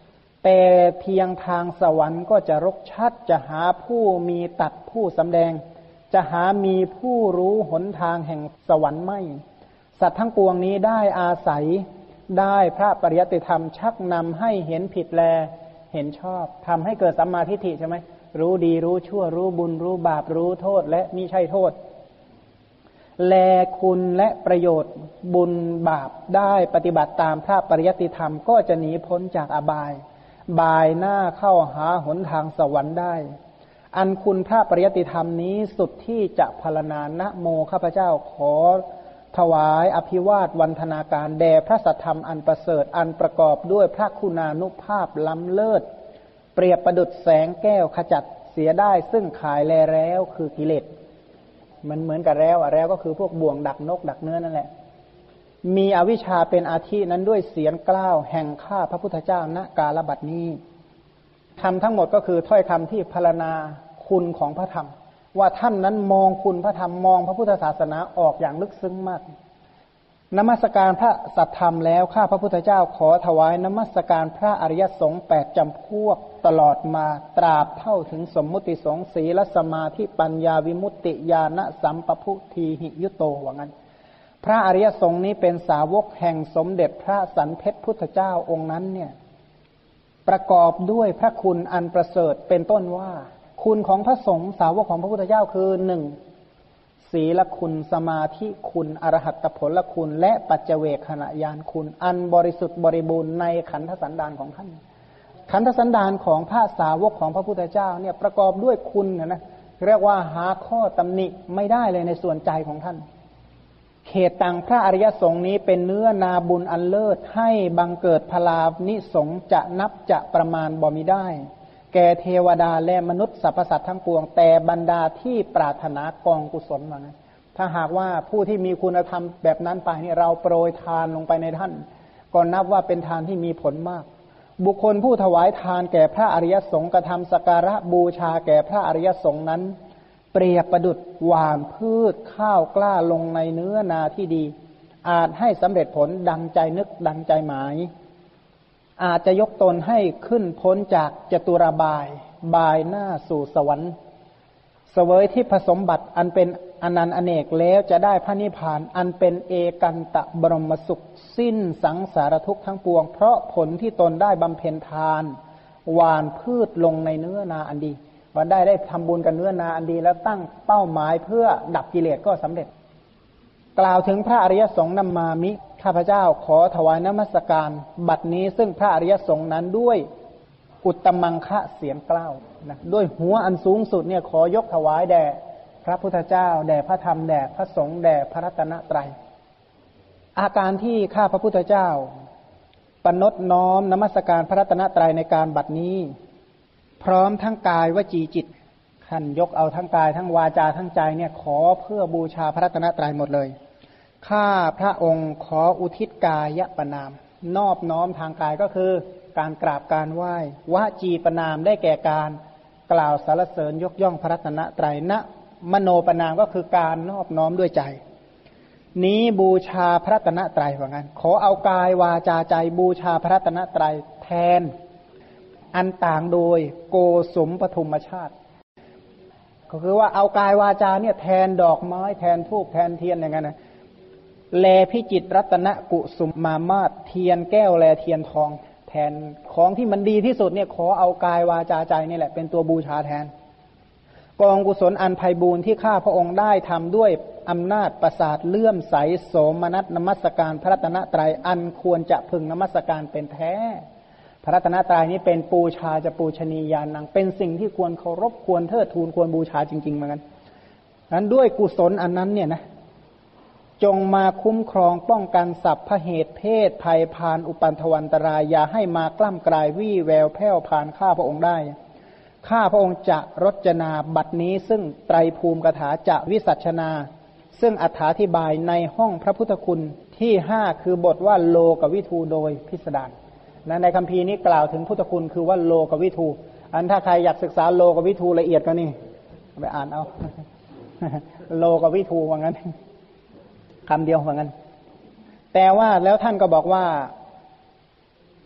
แต่เพียงทางสวรรค์ก็จะรกชัดจะหาผู้มีตัดผู้สำแดงจะหามีผู้รู้หนทางแห่งสวรรค์ไม่สัตว์ทั้งปวงนี้ได้อาศัยได้พระปริยัติธรรมชักนำให้เห็นผิดแลเห็นชอบทำให้เกิดสัมมาทิฏฐิใช่ไหมรู้ดีรู้ชั่วรู้บุญรู้บาปรู้โทษและมิใช่โทษแลคุณและประโยชน์บุญบาปได้ปฏิบัติตามพระปริยัติธรรมก็จะหนีพ้นจากอบายบายหน้าเข้าหาหนทางสวรรค์ได้อันคุณพระปริยัติธรรมนี้สุดที่จะพรรณนานะโมข้าพเจ้าขอถวายอภิวาทวันธนาการแด่พระสัทธรรมอันประเสริฐอันประกอบด้วยพระคุณานุภาพล้ำเลิศเปรียบประดุจแสงแก้วขจัดเสียได้ซึ่งขายแลแล้วคือกิเลสมันเหมือนกับแล้วอะแล้วก็คือพวกบ่วงดักนกดักเนื้อนั่นแหละมีอวิชชาเป็นอาทินั้นด้วยเสียงกล้าวแห่งข้าพระพุทธเจ้าณกาลบัดนี้ธรรมทั้งหมดก็คือถ้อยคำที่พรรณนาคุณของพระธรรมว่าท่านนั้นมองคุณพระธรรมมองพระพุทธศาสนาออกอย่างลึกซึ้งมากนมัสการพระสัทธรรมแล้วข้าพระพุทธเจ้าขอถวายนมัสการพระอริยสงฆ์แปดจำพวกตลอดมาตราบเท่าถึงสมมุติสงฆ์ศีลสมาธิปัญญาวิมุตติญาณสัมปพุทีหิยุโตว่างั้นพระอริยสงฆ์นี้เป็นสาวกแห่งสมเด็จพระสันเพชรพุทธเจ้าองค์นั้นเนี่ยประกอบด้วยพระคุณอันประเสริฐเป็นต้นว่าคุณของพระสงฆ์สาวกของพระพุทธเจ้าคือหนึ่งศีลคุณสมาธิคุณอรหัตผลคุณและปัจเจเวคขณะญาณคุณอันบริสุทธิ์บริบูรณ์ในขันธสันดานของท่านขันธสันดานของพระสาวกของพระพุทธเจ้าเนี่ยประกอบด้วยคุณนะนะเรียกว่าหาข้อตำหนิไม่ได้เลยในส่วนใจของท่านเขตต่างพระอริยสงฆ์นี้เป็นเนื้อนาบุญอันเลิศให้บังเกิดพลานิสงส์จะนับจะประมาณบ่มิได้แก่เทวดาและมนุษย์สรรพสัตว์ทั้งปวงแต่บรรดาที่ปรารถนากองกุศลว่างั้นถ้าหากว่าผู้ที่มีคุณธรรมแบบนั้นไปนี่เราโปรยทานลงไปในท่านก็นับว่าเป็นทานที่มีผลมากบุคคลผู้ถวายทานแก่พระอริยสงฆ์กระทำสักการะบูชาแก่พระอริยสงฆ์นั้นเปรียบประดุจหว่านพืชข้าวกล้าลงในเนื้อนาที่ดีอาจให้สำเร็จผลดังใจนึกดังใจหมายอาจจะยกตนให้ขึ้นพ้นจากจตุรบายบายหน้าสู่สวรรค์เสวยที่ผสมบัติอันเป็นอนันต์อเนกแล้วจะได้พระนิพพานอันเป็นเอกันตะบรมสุขสิ้นสังสารทุกข์ทั้งปวงเพราะผลที่ตนได้บำเพ็ญทานหว่านพืชลงในเนื้อนาอันดีว่าได้ได้ทำบุญกับเนื้อนาอันดีแล้วตั้งเป้าหมายเพื่อดับกิเลสก็สำเร็จกล่าวถึงพระอริยสงฆ์นัมมามิข้าพเจ้าขอถวายนมัสการบัดนี้ซึ่งพระอริยสงฆ์นั้นด้วยอุตตมังคะเสียงกล้าวนะด้วยหัวอันสูงสุดเนี่ยขอยกถวายแด่พระพุทธเจ้าแด่พระธรรมแด่พระสงฆ์แด่พระรัตนตรัยอาการที่ข้าพระพุทธเจ้าปนดน้อมนมัสการพระรัตนตรัยในการบัดนี้พร้อมทั้งกายวจีจิตท่านยกเอาทั้งกายทั้งวาจาทั้งใจเนี่ยขอเพื่อบูชาพระรัตนตรัยหมดเลยข้าพระองค์ขออุทิศกายปนามนอบน้อมทางกายก็คือการกราบการไหว้วจีปนามได้แก่การกล่าวสรรเสริญยกย่องพระรัตนตรัยณมโนปนามก็คือการนอบน้อมด้วยใจนี้บูชาพระรัตนตรัยว่างั้นขอเอากายวาจาใจบูชาพระรัตนตรัยแทนอันต่างโดยโกสุมปทุมชาติก็คือว่าเอากายวาจาเนี่ยแทนดอกไม้แทนธูปแทนเทียนอย่างนั้นนะแลพิจิตรรัตนกุสุมมามาศเทียนแก้วแลเทียนทองแทนของที่มันดีที่สุดเนี่ยขอเอากายวาจาใจนี่แหละเป็นตัวบูชาแทนกองกุศลอันไพบูรณ์ที่ข้าพระองค์ได้ทำด้วยอำนาจประสาทเลื่อมใสโสมนัสนมัสการพระรัตนตรัยอันควรจะพึงนมัสการเป็นแท้พระรัตนตรัยนี้เป็นปูชาจะปูชนียานังเป็นสิ่งที่ควรเคารพควรเทิดทูนควรบูชาจริงๆเหมือนกันนั้นด้วยกุศลอันนั้นเนี่ยนะจงมาคุ้มครองป้องกันสัพพเหตุเพศภัยพานอุปันธวันตรายอย่าให้มากล้ำกลายวี่แววแผ่วพานข้าพระองค์ได้ข้าพระองค์จะรจนาบัดนี้ซึ่งไตรภูมิกถาจะวิสัชนาซึ่งอธิบายในห้องพระพุทธคุณที่ห้าคือบทว่าโลกวิทูโดยพิสดารนะในคัมภีร์นี้กล่าวถึงพุทธคุณคือว่าโลกวิทูอันถ้าใครอยากศึกษาโลกวิทูละเอียดก็นี่ไปอ่านเอาโลกวิทูว่างั้นคำเดียวว่างั้นแต่ว่าแล้วท่านก็บอกว่า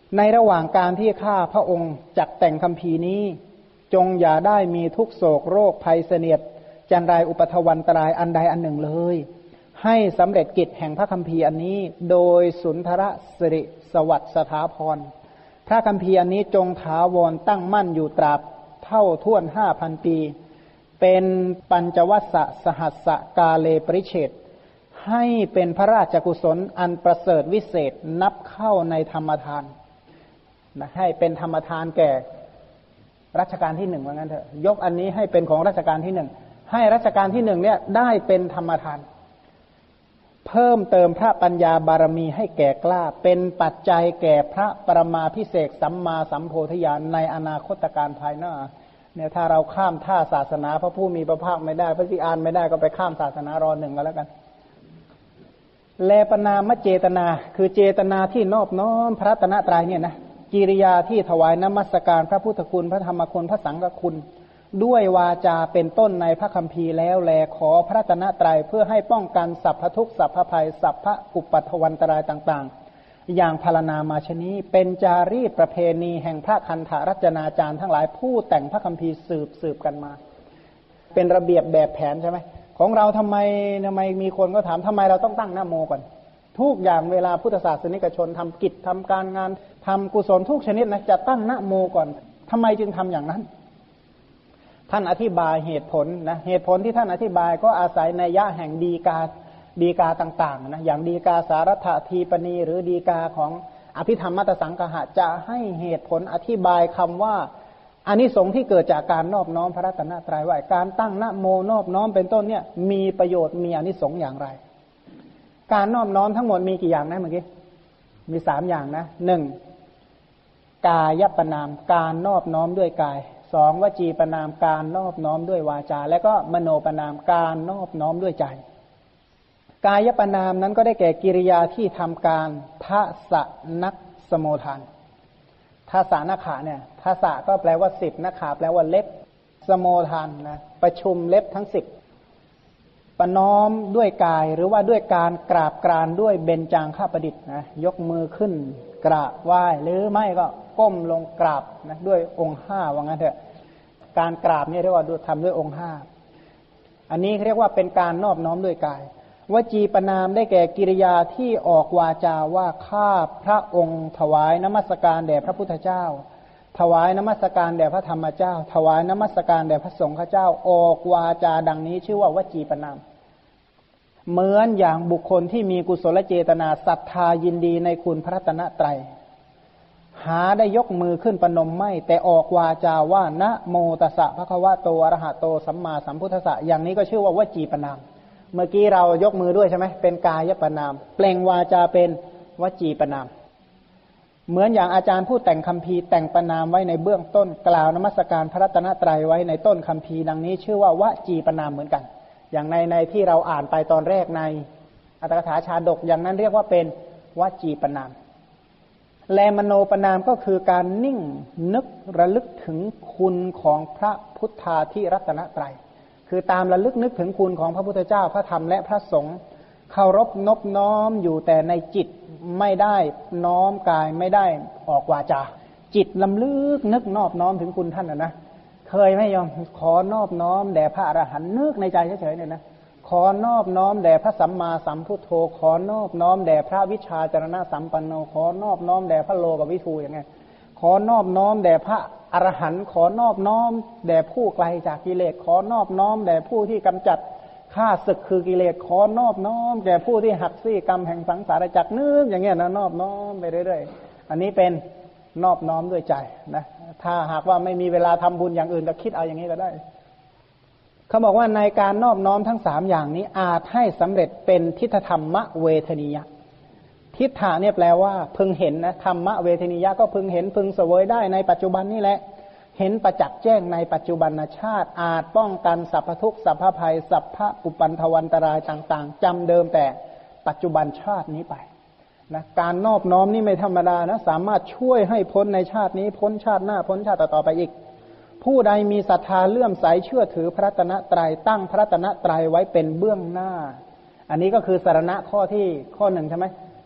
ในระหว่างการที่ข้าพระองค์จักแต่งคัมภีร์นี้จงอย่าได้มีทุกโศกโรคภัยเสนียดจันไรอุปทวันตรายอันใดอันหนึ่งเลยให้สำเร็จกิจแห่งพระคัมภีร์อันนี้โดยสุนทรสิริสวัสดิ์สถาพรพระคัมภีร์อันนี้จงถาวรตั้งมั่นอยู่ตราบเท่าท่วนห้าพันปีเป็นปัญจวัสสะสหัสสะกาเลปริเฉดให้เป็นพระราชกุศลอันประเสริฐวิเศษนับเข้าในธรรมทานนะให้เป็นธรรมทานแก่รัชกาลที่หนึ่งว่างั้นเถอะยกอันนี้ให้เป็นของรัชกาลที่หนึ่งให้รัชกาลที่หนึ่งเนี่ยได้เป็นธรรมทานเพิ่มเติมพระปัญญาบารมีให้แก่กล้าเป็นปัจจัยแก่พระปรมาภิเษกสัมมาสัมโพธิญาณในอนาคตการภายหน้าเนี่ยถ้าเราข้ามท่าศาสนาพระผู้มีพระภาคไม่ได้พระสิอานไม่ได้ก็ไปข้ามศาสนารอหนึ่งก็แล้วกันแลปนามเจตนาคือเจตนาที่นอบน้อมพระรัตนตรัยเนี่ยนะกิริยาที่ถวายนมัสการพระพุทธคุณพระธรรมคุณพระสังฆคุณด้วยวาจาเป็นต้นในพระคัมภีร์แล้วแลขอพระรัตนตรัยเพื่อให้ป้องกันสัพพทุกข์สัพพภัยสัพพอุปัฏฐวันตรายต่างๆอย่างพรรณนามาชนี้เป็นจารีตประเพณีแห่งพระคันธรัจนาจารย์ทั้งหลายผู้แต่งพระคัมภีร์สืบสืบกันมาเป็นระเบียบแบบแผนใช่ไหมของเราทำไมทำไมมีคนก็ถามทำไมเราต้องตั้งนะโมก่อนทุกอย่างเวลาพุทธศาสนิกชนทำกิจทำการงานทำกุศลทุกชนิดนะจะตั้งนะโมก่อนทำไมจึงทำอย่างนั้นท่านอธิบายเหตุผลนะเหตุผลที่ท่านอธิบายก็อาศัยนัยยะแห่งดีกาดีกาต่างๆนะอย่างดีกาสารัตถทีปณีหรือดีกาของอภิธรรมมัตตสังคหะจะให้เหตุผลอธิบายคำว่าอานิสงส์ที่เกิดจากการนอบน้อมพระรัตนตรัยว่าการตั้งนะโมนอบน้อมเป็นต้นเนี่ยมีประโยชน์มีอานิสงส์อย่างไรการนอบน้อมทั้งหมดมีกี่อย่างนะเมื่อกี้มีสามอย่างนะหนึ่งกายปนามการนอบน้อมด้วยกายสองวจีปนามการนอบน้อมด้วยวาจาและก็มโนปนามการนอบน้อมด้วยใจกายปนามนั้นก็ได้แก่กิริยาที่ทำการทัสะนักสโมทานทัสะนักขาเนี่ยทัสะก็แปลว่าสิบนักขาแปลว่าเล็บสโมทานนะประชุมเล็บทั้งสิบปน้อมด้วยกายหรือว่าด้วยการกราบกรานด้วยเบญจางคประดิษฐ์นะยกมือขึ้นกราบไหว้หรือไม่ก็ก้มลงกราบนะด้วยองค์ห้าว่างั้นเถอะการกราบเนี่ยเรียกว่าทำด้วยองค์ห้าอันนี้เรียกว่าเป็นการนอบน้อมด้วยกายวจีปนามได้แก่กิริยาที่ออกวาจาว่าข้าพระองค์ถวายนมัสการแด่พระพุทธเจ้าถวายนมัสการแด่พระธรรมเจ้าถวายนมัสการแด่พระสงฆ์เจ้าออกวาจาดังนี้ชื่อว่าวจีปนามเหมือนอย่างบุคคลที่มีกุศลเจตนาศรัทธายินดีในคุณพระรัตนตรัยหาได้ยกมือขึ้นประนมไม่แต่ออกวาจาว่านะโมตัสสะภะคะวะโตอะระหะโตสัมมาสัมพุทธัสสะอย่างนี้ก็ชื่อว่าวจีปนามเมื่อกี้เรายกมือด้วยใช่ไหมเป็นกายปนามเปล่งวาจาเป็นวจีปนามเหมือนอย่างอาจารย์ผู้แต่งคัมภีร์แต่งปนามไว้ในเบื้องต้นกล่าวนมัสการพระรัตนตรัยไว้ในต้นคัมภีร์ดังนี้ชื่อว่าวจีปนามเหมือนกันอย่างในในที่เราอ่านไปตอนแรกในอัตถกถาชาดกอย่างนั้นเรียกว่าเป็นวจีปนามแลมโนปนามก็คือการนิ่งนึกระลึกถึงคุณของพระพุทธาธิรัตนตรัยคือตามระลึกนึกถึงคุณของพระพุทธเจ้าพระธรรมและพระสงฆ์เคารพนบน้อมอยู่แต่ในจิตไม่ได้น้อมกายไม่ได้ออกวาจาจิตลำลึกนึกนอบน้อมถึงคุณท่านนะนะเคยไหมยอมขอนอบน้อมแด่พระอรหันต์นึกในใจเฉยๆเนี่ยนะขอนอบน้อมแด่พระสัมมาสัมพุทโธขอนอบน้อมแด่พระวิชาจรณะสัมปันโนขอนอบน้อมแด่พระโลกวิทูอย่างไงขอนอบน้อมแด่พระอรหันต์ขอนอบน้อมแด่ผู้ไกลจากกิเลสขอนอบน้อมแด่ผู้ที่กำจัดข้าศึกคือกิเลสขอนอบน้อมแด่ผู้ที่หักซี่กรรมแห่งสังสารวัฏนึกอย่างเงี้ยนะนอบน้อมไปเรื่อยๆอันนี้เป็นนอบน้อมด้วยใจนะถ้าหากว่าไม่มีเวลาทำบุญอย่างอื่นก็คิดเอาอย่างนี้ก็ได้เขาบอกว่าในการนอบน้อมทั้งสามอย่างนี้อาจให้สำเร็จเป็นทิฏฐธรรมเวทนียะทิฏฐะเนี่ยแปลว่าพึงเห็นนะธรรมเวทนียะก็พึงเห็นพึงเสวยได้ในปัจจุบันนี่แหละเห็นประจักษ์แจ้งในปัจจุบันชาติอาจป้องกันสรรพทุกข์สรรพภัยสัพพะอุปัฏฐวันตรายต่างๆจำเดิมแต่ปัจจุบันชาตินี้ไปนะการนอบน้อมนี่ไม่ธรรมดานะสามารถช่วยให้พ้นในชาตินี้พ้นชาติหน้าพ้นชาติต่อๆไปอีกผู้ใดมีศรัทธาเลื่อมใสเชื่อถือพระรัตนตรัยตั้งพระรัตนตรัยไว้เป็นเบื้องหน้าอันนี้ก็คือสรณะข้อที่ข้อหนึ่งใช่ไหม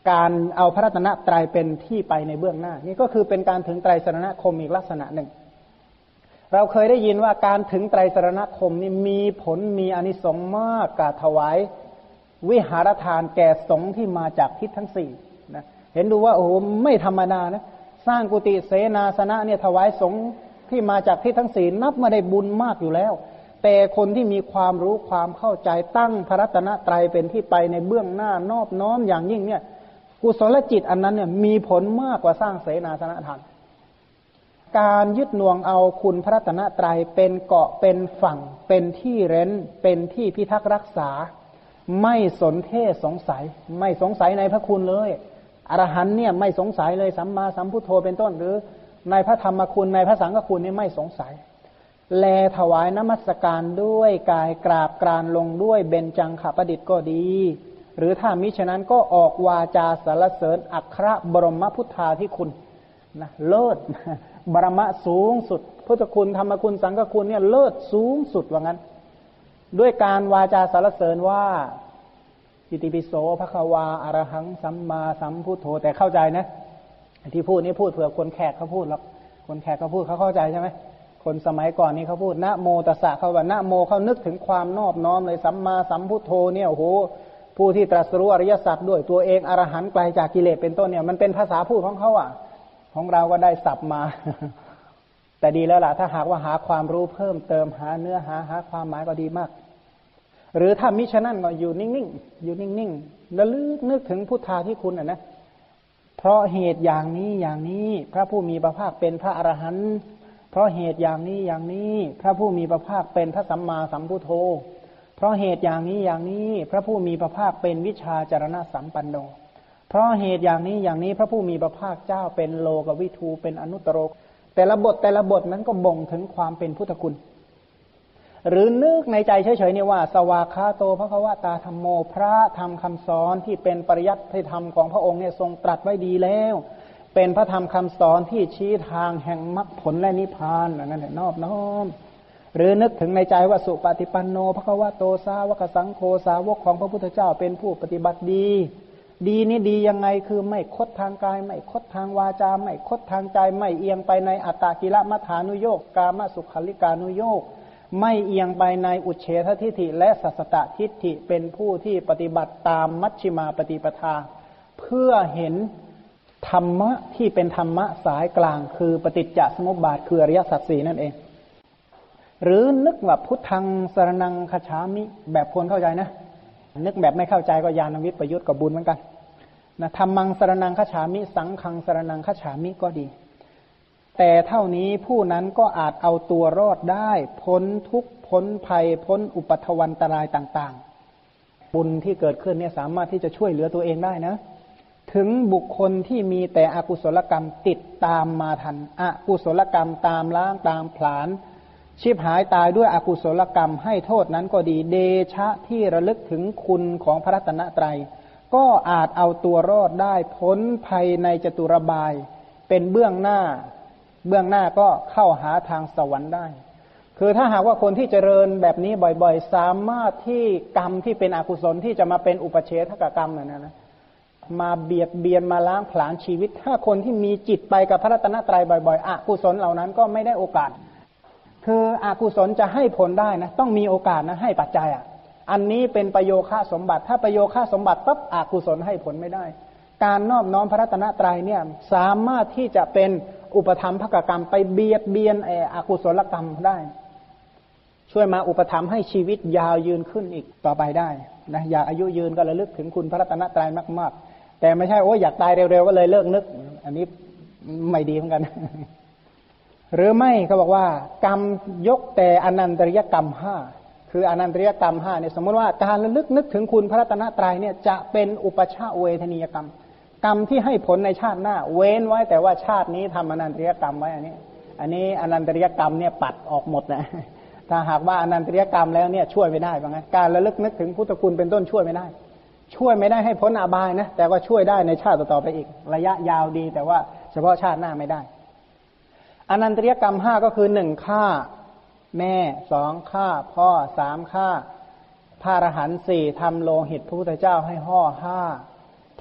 การเอาพระรัตนตรัยเป็นที่ไปในเบื้องหน้านี่ก็คือเป็นการถึงไตรสรณคมอีกลักษณะหนึ่งเราเคยได้ยินว่าการถึงไตรสรณคมนี่มีผลมีอานิสงส์มากกว่าถวายวิหารทานแก่สงฆ์ที่มาจากทิศทั้งสี่นะเห็นดูว่าโอ้โหไม่ธรรมดานะสร้างกุฏิเสนาสนะเนี่ยถวายสงฆ์ที่มาจากทิศทั้งสี่นับมาได้บุญมากอยู่แล้วแต่คนที่มีความรู้ความเข้าใจตั้งพระรัตนตรัยเป็นที่ไปในเบื้องหน้านอบน้อมอย่างยิ่งเนี่ยกุศลจิตอันนั้นเนี่ยมีผลมากกว่าสร้างเสนาสนะทานการยึดหน่วงเอาคุณพระรัตนตรัยเป็นเกาะเป็นฝั่งเป็นที่เร้นเป็นที่พิทักษ์รักษาไม่สนเท่สงสัยไม่สงสัยในพระคุณเลยอรหันต์เนี่ยไม่สงสัยเลยสัมมาสัมพุทโธเป็นต้นหรือในพระธรรมคุณในพระสังฆคุณนี่ไม่สงสัยแลถวายนมัสการด้วยกายกราบกรานลงด้วยเบญจังขประดิษฐ์ก็ดีหรือถ้ามิฉะนั้นก็ออกวาจาสรรเสริญอัครบรมพุทธาธิคุณนะเลิศบรมะสูงสุดพุทธคุณธรรมคุณสังฆคุณเนี่ยเลิศสูงสุดว่างั้นด้วยการวาจาสรรเสริญว่าอิติปิโสภควาอรหังสัมมาสัมพุทโธแต่เข้าใจนะที่พูดนี่พูดเผื่อคนแขกเขาพูดหรอกคนแขกเขาพูดเขาเข้าใจใช่ไหมคนสมัยก่อนนี่เขาพูดนะโมตัสสะเขาว่านะโมเขานึกถึงความนอบน้อมเลยสัมมาสัมพุทโธเนี่ยโอ้โหผู้ที่ตรัสรู้อริยสัจด้วยตัวเองอรหันต์ไกลจากกิเลสเป็นต้นเนี่ยมันเป็นภาษาพูดของเขาอ่ะของเราก็ได้ศัพท์มา แต่ดีแล้วล่ะถ้าหากว่าหาความรู้เพิ่มเติมหาเนื้อหาหาความหมายก็ดีมากหรือถ้ามิฉะนั้นก็อยู่นิ่งๆอยู่นิ่งๆระลึกนึกถึงพุทธาธิคุณอ่ะนะเพราะเหตุอย่างนี้อย่างนี้พระผู้มีพระภาคเป็นพระอรหันต์เพราะเหตุอย่างนี้อย่างนี้พระผู้มีพระภาคเป็นพระสัมมาสัมพุทโธเพราะเหตุอย่างนี้อย่างนี้พระผู้มีพระภาคเป็นวิชาจารณะสัมปันโนเพราะเหตุอย่างนี้อย่างนี้พระผู้มีพระภาคเจ้าเป็นโลกวิทูเป็นอนุตตรโกแต่ละบทแต่ละบทนั้นก็บ่งถึงความเป็นพุทธคุณหรือนึกในใจเฉยๆเนี่ยว่าสวากขาโตภควตาธัมโมพระธรรมคำสอนที่เป็นปริยัติธรรมของพระองค์เนี่ยทรงตรัสไว้ดีแล้วเป็นพระธรรมคำสอนที่ชี้ทางแห่งมรรคผลและนิพพานนั่นแหละนอบน้อมหรือนึกถึงในใจว่าสุปฏิปันโนภควโตสาวกสังโฆสาวกของพระพุทธเจ้าเป็นผู้ปฏิบัติดีดีนี่ดียังไงคือไม่คดทางกายไม่คดทางวาจาไม่คดทางใจไม่เอียงไปในอัตตกิลมัฏฐานุโยคกามสุขัลลิกานุโยคไม่เอียงไปในอุเฉททิฏฐิและสัสสตทิฏฐิเป็นผู้ที่ปฏิบัติตามมัชฌิมาปฏิปทาเพื่อเห็นธรรมะที่เป็นธรรมะสายกลางคือปฏิจจสมุปบาทคืออริยสัจสี่นั่นเองหรือนึกว่าพุทธังสรณังคัจฉามิแบบควรเข้าใจนะนึกแบบไม่เข้าใจก็ญาณวิปยุตกับบุญเหมือนกันนะธัมมังสรณังคัจฉามิสังฆังสรณังคัจฉามิก็ดีแต่เท่านี้ผู้นั้นก็อาจเอาตัวรอดได้พ้นทุกข์พ้นภัยพ้นอุปัฏวันตรายต่างๆบุญที่เกิดขึ้นเนี่ยสามารถที่จะช่วยเหลือตัวเองได้นะถึงบุคคลที่มีแต่อกุศลกรรมติดตามมาทันอกุศลกรรมตามล้างตามผลาญชีพหายตายด้วยอกุศลกรรมให้โทษนั้นก็ดีเดชะที่ระลึกถึงคุณของพระรัตนตรัยก็อาจเอาตัวรอดได้พ้นภัยในจตุรบายเป็นเบื้องหน้าเบื้องหน้าก็เข้าหาทางสวรรค์ได้คือถ้าหากว่าคนที่เจริญแบบนี้บ่อยๆสามารถที่กรรมที่เป็นอกุศลที่จะมาเป็นอุปเฉทกกรรมเนี่ยนะมาเบียดเบียนมาล้างผลาญชีวิตถ้าคนที่มีจิตไปกับพระรัตนตรัยบ่อยๆอกุศลเหล่านั้นก็ไม่ได้โอกาสคืออกุศลจะให้ผลได้นะต้องมีโอกาสนะให้ปัจจัยอ่ะอันนี้เป็นประโยคะสมบัติถ้าประโยคะสมบัติปั๊บอกุศลให้ผลไม่ได้การนอบน้อมพระรัตนตรัยเนี่ยสามารถที่จะเป็นอุปธรรมภกกรรมไปเบียดเบียนไอ้อกุศลกรรมได้ช่วยมาอุปธรรมให้ชีวิตยาวยืนขึ้นอีกต่อไปได้นะอยากอายุยืนก็ระลึกถึงคุณพระรัตนตรัยมากๆแต่ไม่ใช่โอ้อยากตายเร็วๆก็เลยเลิกนึกอันนี้ไม่ดีเหมือนกัน หรือไม่เขาบอกว่ากรรมยกแต่อนันตริยกรรมห้าคืออนันตริยกรรมห้าเนี่ยสมมติว่าการระลึกนึกถึงคุณพระรัตนตรัยเนี่ยจะเป็นอุปชาเวทนียกรรมกรรมที่ให้ผลในชาติหน้าเว้นไว้แต่ว่าชาตินี้ทำอนันตริยกรรมไว้อันนี้อันนี้อนันตริยกรรมเนี่ยปัดออกหมดนะถ้าหากว่าอนันตริยกรรมแล้วเนี่ยช่วยไม่ได้ว่างั้นการระลึกนึกถึงพุทธคุณเป็นต้นช่วยไม่ได้ช่วยไม่ได้ให้พ้นอบายนะแต่ว่าช่วยได้ในชาติต่อๆไปอีกระยะยาวดีแต่ว่าเฉพาะชาติหน้าไม่ได้อนันตริยกรรมห้าก็คือหนึ่งฆ่าแม่สองฆ่าพ่อสามฆ่าพระอรหันต์สี่ทำโลหิตพระพุทธเจ้าให้ห่อห้า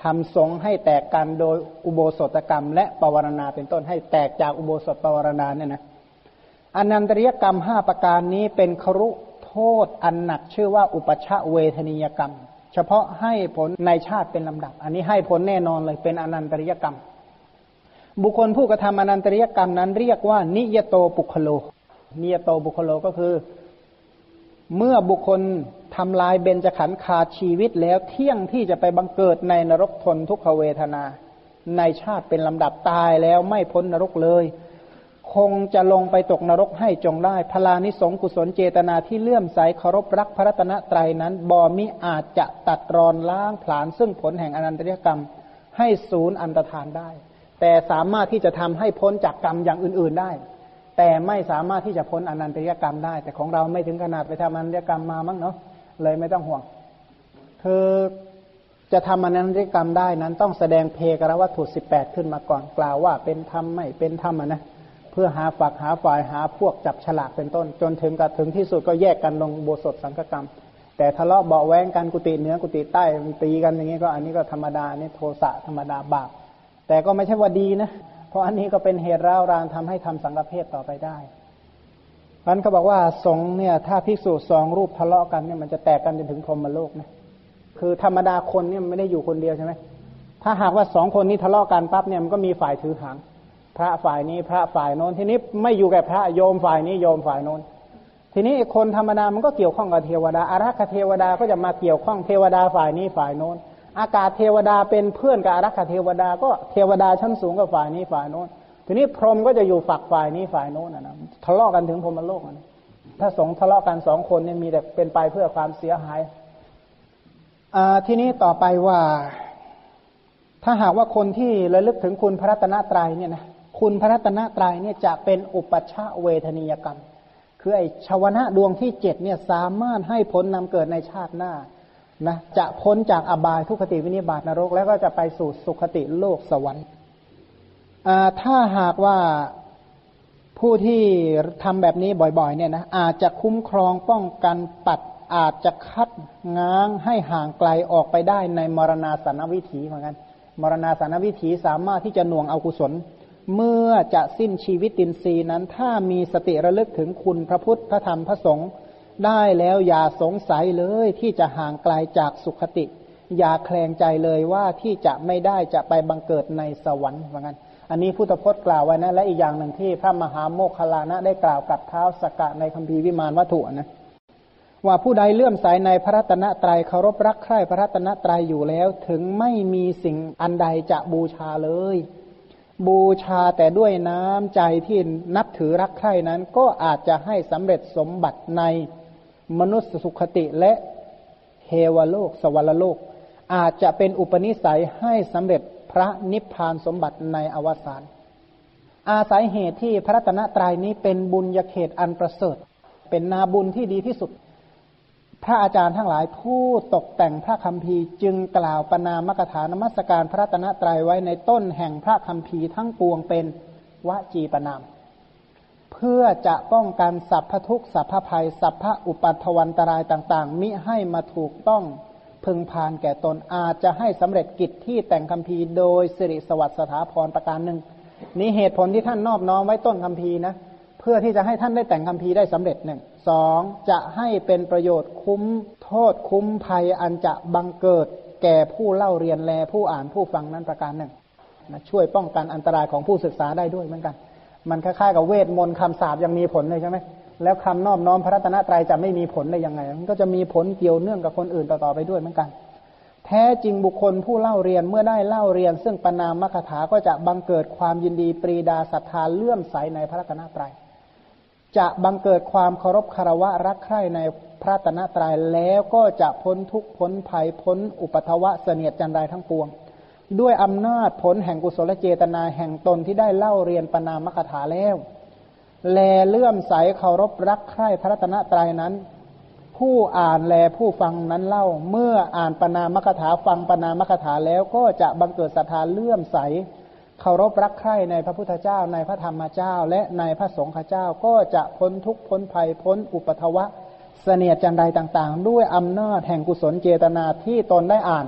ทำสงฆ์ให้แตกกันโดยอุโบสถกรรมและปวารณาเป็นต้นให้แตกจากอุโบสถปวารณาเนี่ยนะอนันตริยกรรมห้าประการนี้เป็นครุโทษอันหนักชื่อว่าอุปัชฌเวทนียกรรมเฉพาะให้ผลในชาติเป็นลำดับอันนี้ให้ผลแน่นอนเลยเป็นอนันตริยกรรมบุคคลผู้กระทำอนันตริยกรรมนั้นเรียกว่านิยโตปุคโลนิยโตบุคโลก็คือเมื่อบุคคลทำลายเบญจขันธ์ขาดชีวิตแล้วเที่ยงที่จะไปบังเกิดในนรกทนทุกขเวทนาในชาติเป็นลำดับตายแล้วไม่พ้นนรกเลยคงจะลงไปตกนรกให้จงได้พลานิสงกุศลเจตนาที่เลื่อมใสเคารพรักพระรัตนตรัยนั้นบ่มิอาจจะตัดรอนล้างผลาญซึ่งผลแห่งอนันตริยกรรมให้สูญอันตรธานได้แต่สามารถที่จะทำให้พ้นจากกรรมอย่างอื่นๆได้แต่ไม่สามารถที่จะพ้นอนันตริยกรรมได้แต่ของเราไม่ถึงขนาดไปทำอนันตริยกรรมมามั้งเนาะเลยไม่ต้องห่วงคือจะทำอนันตริยกรรมได้นั้นต้องแสดงเพกรวัตถุสิบแปดขึ้นมาก่อนกล่าวว่าเป็นธรรมไม่เป็นธรรมนะเพื่อหาฝักหาฝ่ายหาพวกจับฉลากเป็นต้นจนถึงกับถึงที่สุดก็แยกกันลงโบสถสังฆกรรมแต่ทะเลาะเบาะแว้งกันกุฏิเหนือกุฏิใต้ตีกันอย่างนี้ก็อันนี้ก็ธรรมดานี่โทสะธรรมดาบาปแต่ก็ไม่ใช่ว่าดีนะเพราะอันนี้ก็เป็นเหตุร้าวรานทำให้ทำสังฆเพศต่อไปได้เพราะฉะนั้นเขาบอกว่าสงฆ์เนี่ยถ้าภิกษุสองรูปทะเลาะกันเนี่ยมันจะแตกกันจนถึงพรหมโลกนะคือธรรมดาคนเนี่ยไม่ได้อยู่คนเดียวใช่ไหมถ้าหากว่าสองคนนี้ทะเลาะกันปั๊บเนี่ยมันก็มีฝ่ายถือหางพระฝ่ายนี้พระฝ่ายโน้นทีนี้ไม่อยู่แก่พระโยมฝ่ายนี้โยมฝ่ายโน้นทีนี้คนธรรมดามันก็เกี่ยวข้องกับเทวดาอารักขเทวดาก็จะมาเกี่ยวข้องเทวดาฝ่ายนี้ฝ่ายโน้นอากาศเทวดาเป็นเพื่อนกับอารักขเทวดาก็เทวดาชั้นสูงกับฝ่ายนี้ฝ่ายโน้นทีนี้พรหมก็จะอยู่ฝักฝ่ายนี้ฝ่ายโน้นนะทะเลาะกันถึงพรหมโลกนะถ้าสงฆ์ทะเลาะกันสองคนเนี่ยมีแต่เป็นไปเพื่อความเสียหายอ่าทีนี้ต่อไปว่าถ้าหากว่าคนที่ระลึกถึงคุณพระรัตนตรัยเนี่ยนะคุณพระรัตนตรัยเนี่ยจะเป็นอุปัชฌเวทนียกรรมคือไอ้ชวนะดวงที่เจ็ดเนี่ยสามารถให้ผลนำเกิดในชาติหน้านะจะพ้นจากอบายทุกขติวินิบาตนรกแล้วก็จะไปสู่สุขติโลกสวรรค์อ่าถ้าหากว่าผู้ที่ทำแบบนี้บ่อยๆเนี่ยนะอาจจะคุ้มครองป้องกันปัดอาจจะคัดง้างให้ห่างไกลออกไปได้ในมรณาสนวิถีเหมือนกันมรณาสนวิถีสามารถที่จะหน่วงเอากุศลเมื่อจะสิ้นชีวิตตินทรีย์นั้นถ้ามีสติระลึกถึงคุณพระพุทธพระธรรมพระสงฆ์ได้แล้วอย่าสงสัยเลยที่จะห่างไกลจากสุขติอย่าแคลงใจเลยว่าที่จะไม่ได้จะไปบังเกิดในสวรรค์เหมือนกันอันนี้พุทธพจน์กล่าวไว้นะและอีกอย่างหนึ่งที่พระมหาโมคคัลลานะได้กล่าวกับท้าวสักกะในคัมภีร์วิมานวัตถุนะว่าผู้ใดเลื่อมใสในพระรัตนตรัยเคารพรักใคร่พระรัตนตรัยอยู่แล้วถึงไม่มีสิ่งอันใดจะบูชาเลยบูชาแต่ด้วยน้ำใจที่นับถือรักใคร่นั้นก็อาจจะให้สำเร็จสมบัติในมนุษย์สุขติและเทวโลกสวรรคโลกอาจจะเป็นอุปนิสัยให้สำเร็จพระนิพพานสมบัติในอวสานอาศัยเหตุที่พระรัตนตรัยนี้เป็นบุญญาเขตอันประเสริฐเป็นนาบุญที่ดีที่สุดพระอาจารย์ทั้งหลายผู้ตกแต่งพระคัมภีร์จึงกล่าวประนามกถานมัสการพระรัตนตรัยไว้ในต้นแห่งพระคัมภีร์ทั้งปวงเป็นวจีประนามเพื่อจะป้องกันสัพพทุกข์สัพพภัยสัพพอุปัฏฐวันตรายต่างๆมิให้มาถูกต้องพึงพานแก่ตนอาจจะให้สำเร็จกิจที่แต่งคัมภีร์โดยสิริสวัสดิ์สถาพรประการหนึ่งนี้เหตุผลที่ท่านนอบน้อมไว้ต้นคัมภีร์นะเพื่อที่จะให้ท่านได้แต่งคัมภีร์ได้สำเร็จหนึ่งสองจะให้เป็นประโยชน์คุ้มโทษคุ้มภัยอันจะบังเกิดแก่ผู้เล่าเรียนแลผู้อ่านผู้ฟังนั้นประการหนึ่งนะช่วยป้องกันอันตรายของผู้ศึกษาได้ด้วยเหมือนกันมันคล้ายๆกับเวทมนต์คำสาปยังมีผลเลยใช่ไหมแล้วคำนอบน้อมพระรัตนตรัยจะไม่มีผลได้ยังไงมันก็จะมีผลเกี่ยวเนื่องกับคนอื่นต่อๆไปด้วยเหมือนกันแท้จริงบุคคลผู้เล่าเรียนเมื่อได้เล่าเรียนซึ่งปนามคถาก็จะบังเกิดความยินดีปรีดาศรัทธาเลื่อมใสในพระรัตนตรัยจะบังเกิดความเคารพคารวะรักใคร่ในพระรัตนตรัยแล้วก็จะพ้นทุกข์พ้นภัยพ้นอุปัฏฐวะเสนียดจันไรทั้งปวงด้วยอำนาจผลแห่งกุศลเจตนาแห่งตนที่ได้เล่าเรียนปนามคถาแล้วแลเลื่อมใสเคารพรักใคร่พระรัตนตรัยนั้นผู้อ่านแลผู้ฟังนั้นเล่าเมื่ออ่านปนามคถาฟังปนามคถาแล้วก็จะบังเกิดศรัทธาเลื่อมใสเคารพรักใคร่ในพระพุทธเจ้าในพระธรรมเจ้าและในพระสงฆ์เจ้าก็จะพ้นทุกข์พ้นภัยพ้นอุปัฏฐวะเสนียดจันไรต่างๆด้วยอำนาจแห่งกุศลเจตนาที่ตนได้อ่าน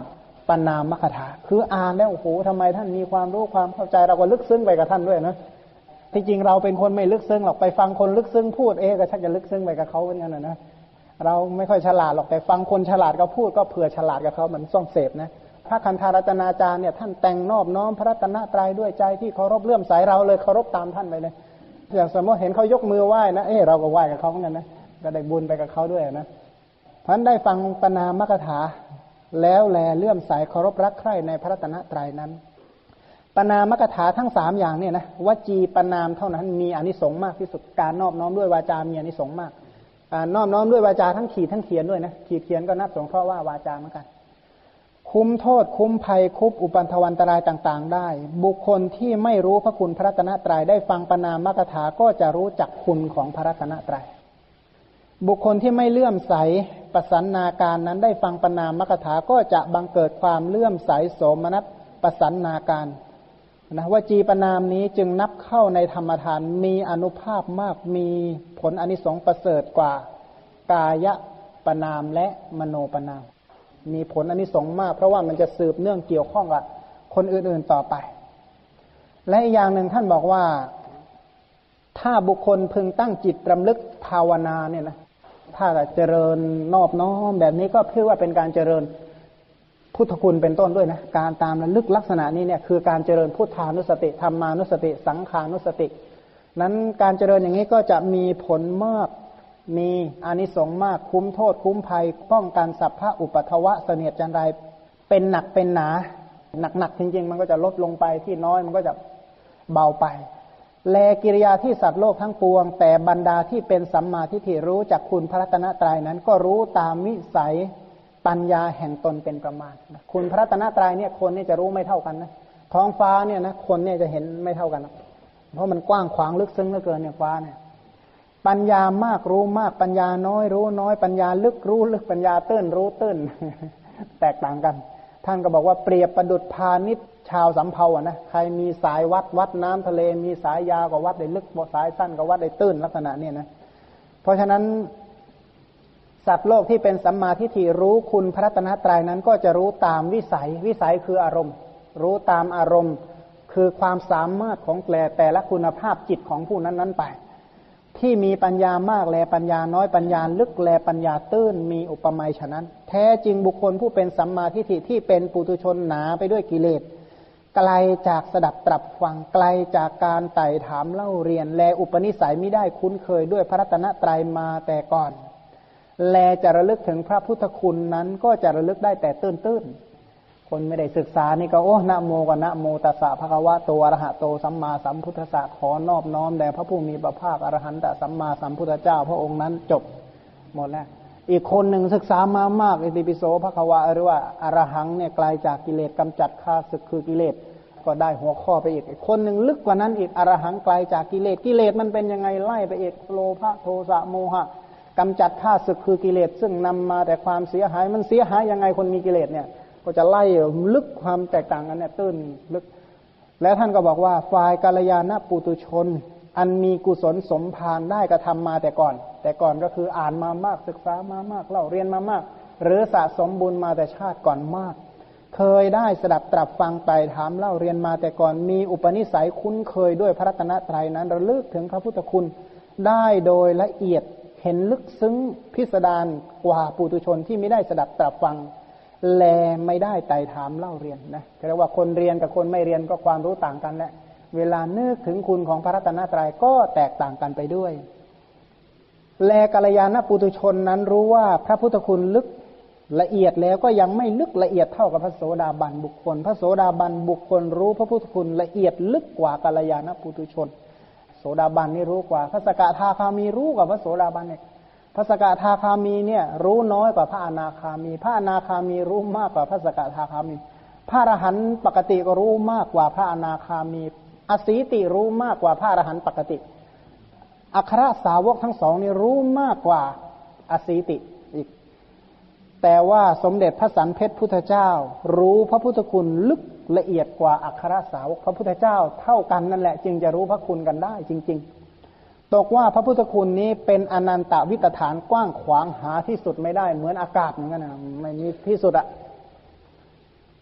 ปนามคถาคืออ่านแล้วโอ้โหทำไมท่านมีความรู้ความเข้าใจเราก็ลึกซึ้งไปกับท่านด้วยนะที่จริงเราเป็นคนไม่ลึกซึ้งหรอกไปฟังคนลึกซึ้งพูดเอ๊ก็ชักจะลึกซึ้งไปกับเขาเหมือนกันนะนะเราไม่ค่อยฉลาดหรอกแต่ฟังคนฉลาดก็พูดก็เผื่อฉลาดกับเขาเหมือนส่องเสพนะพระคันธารัตนาจารย์เนี่ยท่านแต่งนอบน้อมพระรัตนตรัยด้วยใจที่เคารพเลื่อมใสเราเลยเคารพตามท่านไปเลยอย่างสมมติเห็นเขายกมือไหว้นะเอ๊เราก็ไหว้กับเขาเหมือนกันนะก็ได้บุญไปกับเขาด้วยนะเพราะฉะนั้นได้ฟังปนามกถาแล้วแลเลื่อมใสเคารพรักใคร่ในพระรัตนตรัยนั้นปนามกถาทั้งสามอย่างเนี่ยนะวจีปนามเท่านั้นมีอานิสงส์มากที่สุดการนอบน้อมด้วยวาจามีอานิสงส์มากการนอบน้อมด้วยวาจาทั้งขีดทั้งเขียนด้วยนะขีดเขียนก็นับสงเคราะห์ว่าวาจาเหมือนกันคุ้มโทษคุ้มภัยคุบอุปันธวันตรายต่างๆได้บุคคลที่ไม่รู้พระคุณพระรัตนตรัยได้ฟังปนามกถาก็จะรู้จักคุณของพระรัตนตรัยบุคคลที่ไม่เลื่อมใสประสันนาการนั้นได้ฟังปนามกถาก็จะบังเกิดความเลื่อมใสโสมนัสประสันนาการนะวจีปนามนี้จึงนับเข้าในธรรมทานมีอานุภาพมากมีผลอานิสงส์ประเสริฐกว่ากายปนามและมโนปนามมีผลอานิสงส์มากเพราะว่ามันจะสืบเนื่องเกี่ยวข้องกับคนอื่นๆต่อไปและอีกอย่างหนึ่งท่านบอกว่าถ้าบุคคลพึงตั้งจิตรำลึกภาวนาเนี่ยนะถ้าเจริญนอบน้อมแบบนี้ก็เพื่อว่าเป็นการเจริญพุทธคุณเป็นต้นด้วยนะการตามระลึกลักษณะนี้เนี่ยคือการเจริญพุทธานุสติธรรมานุสติสังขานุสตินั้นการเจริญอย่างนี้ก็จะมีผลมากมีอานิสงส์มากคุ้มโทษคุ้มภัยป้องกันสัพพะอุปัทวะเสนียดจันไรเป็นหนักเป็นหนาหนักๆจริงๆมันก็จะลดลงไปที่น้อยมันก็จะเบาไปแลกิริยาที่สัตว์โลกทั้งปวงแต่บรรดาที่เป็นสัมมาทิฏฐิรู้จักคุณพระรัตนตรัยนั้นก็รู้ตามวิสัยปัญญาแห่งตนเป็นประมาณคุณพระรัตนตรัยเนี่ยคนนี่จะรู้ไม่เท่ากันนะท้องฟ้าเนี่ยนะคนเนี่ยจะเห็นไม่เท่ากันนะเพราะมันกว้างขวางลึกซึ้งเหลือเกินเนี่ยฟ้าเนี่ยปัญญามากรู้มากปัญญาน้อยรู้น้อยปัญญาลึกรู้ลึกปัญญาตื้นรู้ตื้น แตกต่างกันท่านก็บอกว่าเปรียบประดุจพาณิชย์ชาวสำเภาอ่ะนะใครมีสายวัดวัดน้ำทะเลมีสายยาวก็วัดได้ลึกสายสั้นก็วัดได้ตื้นลักษณะนี้นะเพราะฉะนั้นสัตว์โลกที่เป็นสัมมาทิฏฐิรู้คุณพระรัตนตรัยนั้นก็จะรู้ตามวิสัยวิสัยคืออารมณ์รู้ตามอารมณ์คือความสามารถของแต่แต่ละคุณภาพจิตของผู้นั้นนั้นไปที่มีปัญญามากแลปัญญาน้อยปัญญาลึกแลปัญญาตื้นมีอุปมาฉะนั้นแท้จริงบุคคลผู้เป็นสัมมาทิฏฐิที่เป็นปุถุชนหนาไปด้วยกิเลสไกลจากสดับตรับฟังไกลจากการไต่ถามเล่าเรียนแลอุปนิสัยไม่ได้คุ้นเคยด้วยพระรัตนตรัยมาแต่ก่อนแลจะระลึกถึงพระพุทธคุณนั้นก็จะระลึกได้แต่ตื้นๆคนไม่ได้ศึกษานี่ก็โอ้นะโมกับนะโมตัสสะภะคะวะโตอะระหะโตสัมมาสัมพุทธัสสะขอนอบน้อมแด่พระผู้มีพระภาคอรหันตสัมมาสัมพุทธเจ้าพระองค์นั้นจบหมดแล้วอีกคนหนึ่งศึกษามามากอิติปิโสภะคะวะหรือว่าอรหังเนี่ยไกลจากกิเลสกำจัดข้าศึกคือกิเลสก็ได้หัวข้อไปอีกอีกคนหนึ่งลึกกว่านั้นอีกอรหังไกลจากกิเลสกิเลสมันเป็นยังไงไล่ไปอีกโลภะโทสะโมหะกำจัดข้าศึกคือกิเลสซึ่งนำมาแต่ความเสียหายมันเสียหายยังไงคนมีกิเลสเนี่ยก็จะไล่ลึกความแตกต่างกันเนี่ยตื้นลึกแล้วท่านก็บอกว่าฝ่ายกัลยาณปุถุชนอันมีกุศลสมภารได้กระทำมาแต่ก่อนแต่ก่อนก็คืออ่านมามากศึกษามามากเล่าเรียนมามากหรือสะสมบุญมาแต่ชาติก่อนมากเคยได้สดับตรับฟังไปถามเล่าเรียนมาแต่ก่อนมีอุปนิสัยคุ้นเคยด้วยพระรัตนตรัยนั้นระลึกถึงพระพุทธคุณได้โดยละเอียดเห็นลึกซึ้งพิสดารกว่าปุถุชนที่ไม่ได้สดับตรับฟังแลไม่ได้ไต่ถามเล่าเรียนนะเรียกว่าคนเรียนกับคนไม่เรียนก็ความรู้ต่างกันแหละเวลานึกถึงคุณของพระรัตนตรัยก็แตกต่างกันไปด้วยแลกัลยาณปุถุชนนั้นรู้ว่าพระพุทธคุณลึกละเอียดแล้วก็ยังไม่ลึกละเอียดเท่ากับพระโสดาบันบุคคลพระโสดาบันบุคคลรู้พระพุทธคุณละเอียดลึกกว่ากัลยาณปุถุชนโสดาบันนี่รู้กว่าพระสกทาคามีรู้กว่าพระโสดาบันเนี่ยพระสกทาคามีเนี่ยรู้น้อยกว่าพระอนาคามีพระอนาคามีรู้มากกว่าพระสกทาคามีพระอรหันต์ปกติก็รู้มากกว่าพระอนาคามีอสีติรู้มากกว่าพระอรหันต์ปกติอัครสาวกทั้งสองนี่รู้มากกว่าอสีติอีกแต่ว่าสมเด็จพระสันเพชรพุทธเจ้ารู้พระพุทธคุณลึกละเอียดกว่าอัครสาวกพระพุทธเจ้าเท่ากันนั่นแหละจึงจะรู้พระคุณกันได้จริงๆตกว่าพระพุทธคุณนี้เป็นอนันตวิตฐานกว้างขวางหาที่สุดไม่ได้เหมือนอากาศเหมือนกันนะไม่มีที่สุดอะ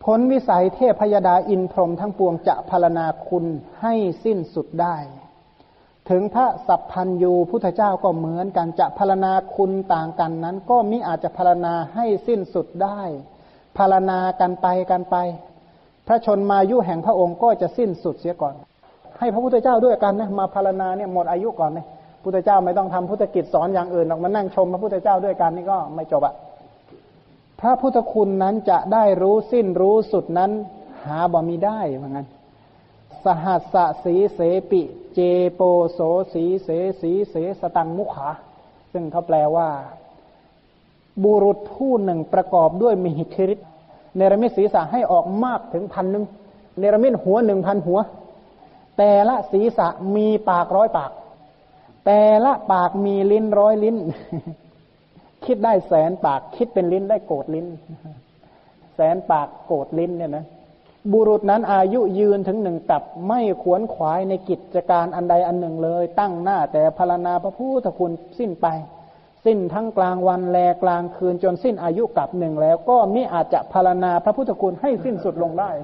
ผลวิสัยเทพยดาอินพรหมทั้งปวงจะพรรณนาคุณให้สิ้นสุดได้ถึงพระสัพพัญญูพุทธเจ้าก็เหมือนกันจะพรรณนาคุณต่างกันนั้นก็มิอาจจะพรรณนาให้สิ้นสุดได้พรรณนากันไปกันไปพระชนมายุแห่งพระองค์ก็จะสิ้นสุดเสียก่อนให้พระพุทธเจ้าด้วยกันนะมาพรรณนาเนี่ยหมดอายุก่อนเลยพุทธเจ้าไม่ต้องทำพุทธกิจสอนอย่างอื่นหรอกมานั่งชมพระพุทธเจ้าด้วยกันนี่ก็ไม่จบอะพระพุทธคุณนั้นจะได้รู้สิ้นรู้สุดนั้นหาบ่มีได้เหมือนกันสหัสสะสีเสปิเจโปโสสีเสสีเสสตังมุขาซึ่งเขาแปลว่าบุรุษผู้หนึ่งประกอบด้วยมหิทธิฤทธิ์เนรมิตศีรษะให้ออกมากถึงพันหนึ่งเนรมิตหัวหนึ่งพันหัวแต่ละศีรษะมีปากร้อยปากแต่ละปากมีลิ้นร้อยลิ้นคิดได้แสนปากคิดเป็นลิ้นได้โกรธลิ้นแสนปากโกรธลิ้นเนี่ยนะบุรุษนั้นอายุยืนถึงหนึ่งกับไม่ขวนขวายในกิจการอันใดอันหนึ่งเลยตั้งหน้าแต่พรรณนาพระพุทธคุณสิ้นไปสิ้นทั้งกลางวันแลกลางคืนจนสิ้นอายุกับหนึ่งแล้วก็มิอาจจะพรรณนาพระพุทธคุณให้สิ้นสุดลงได้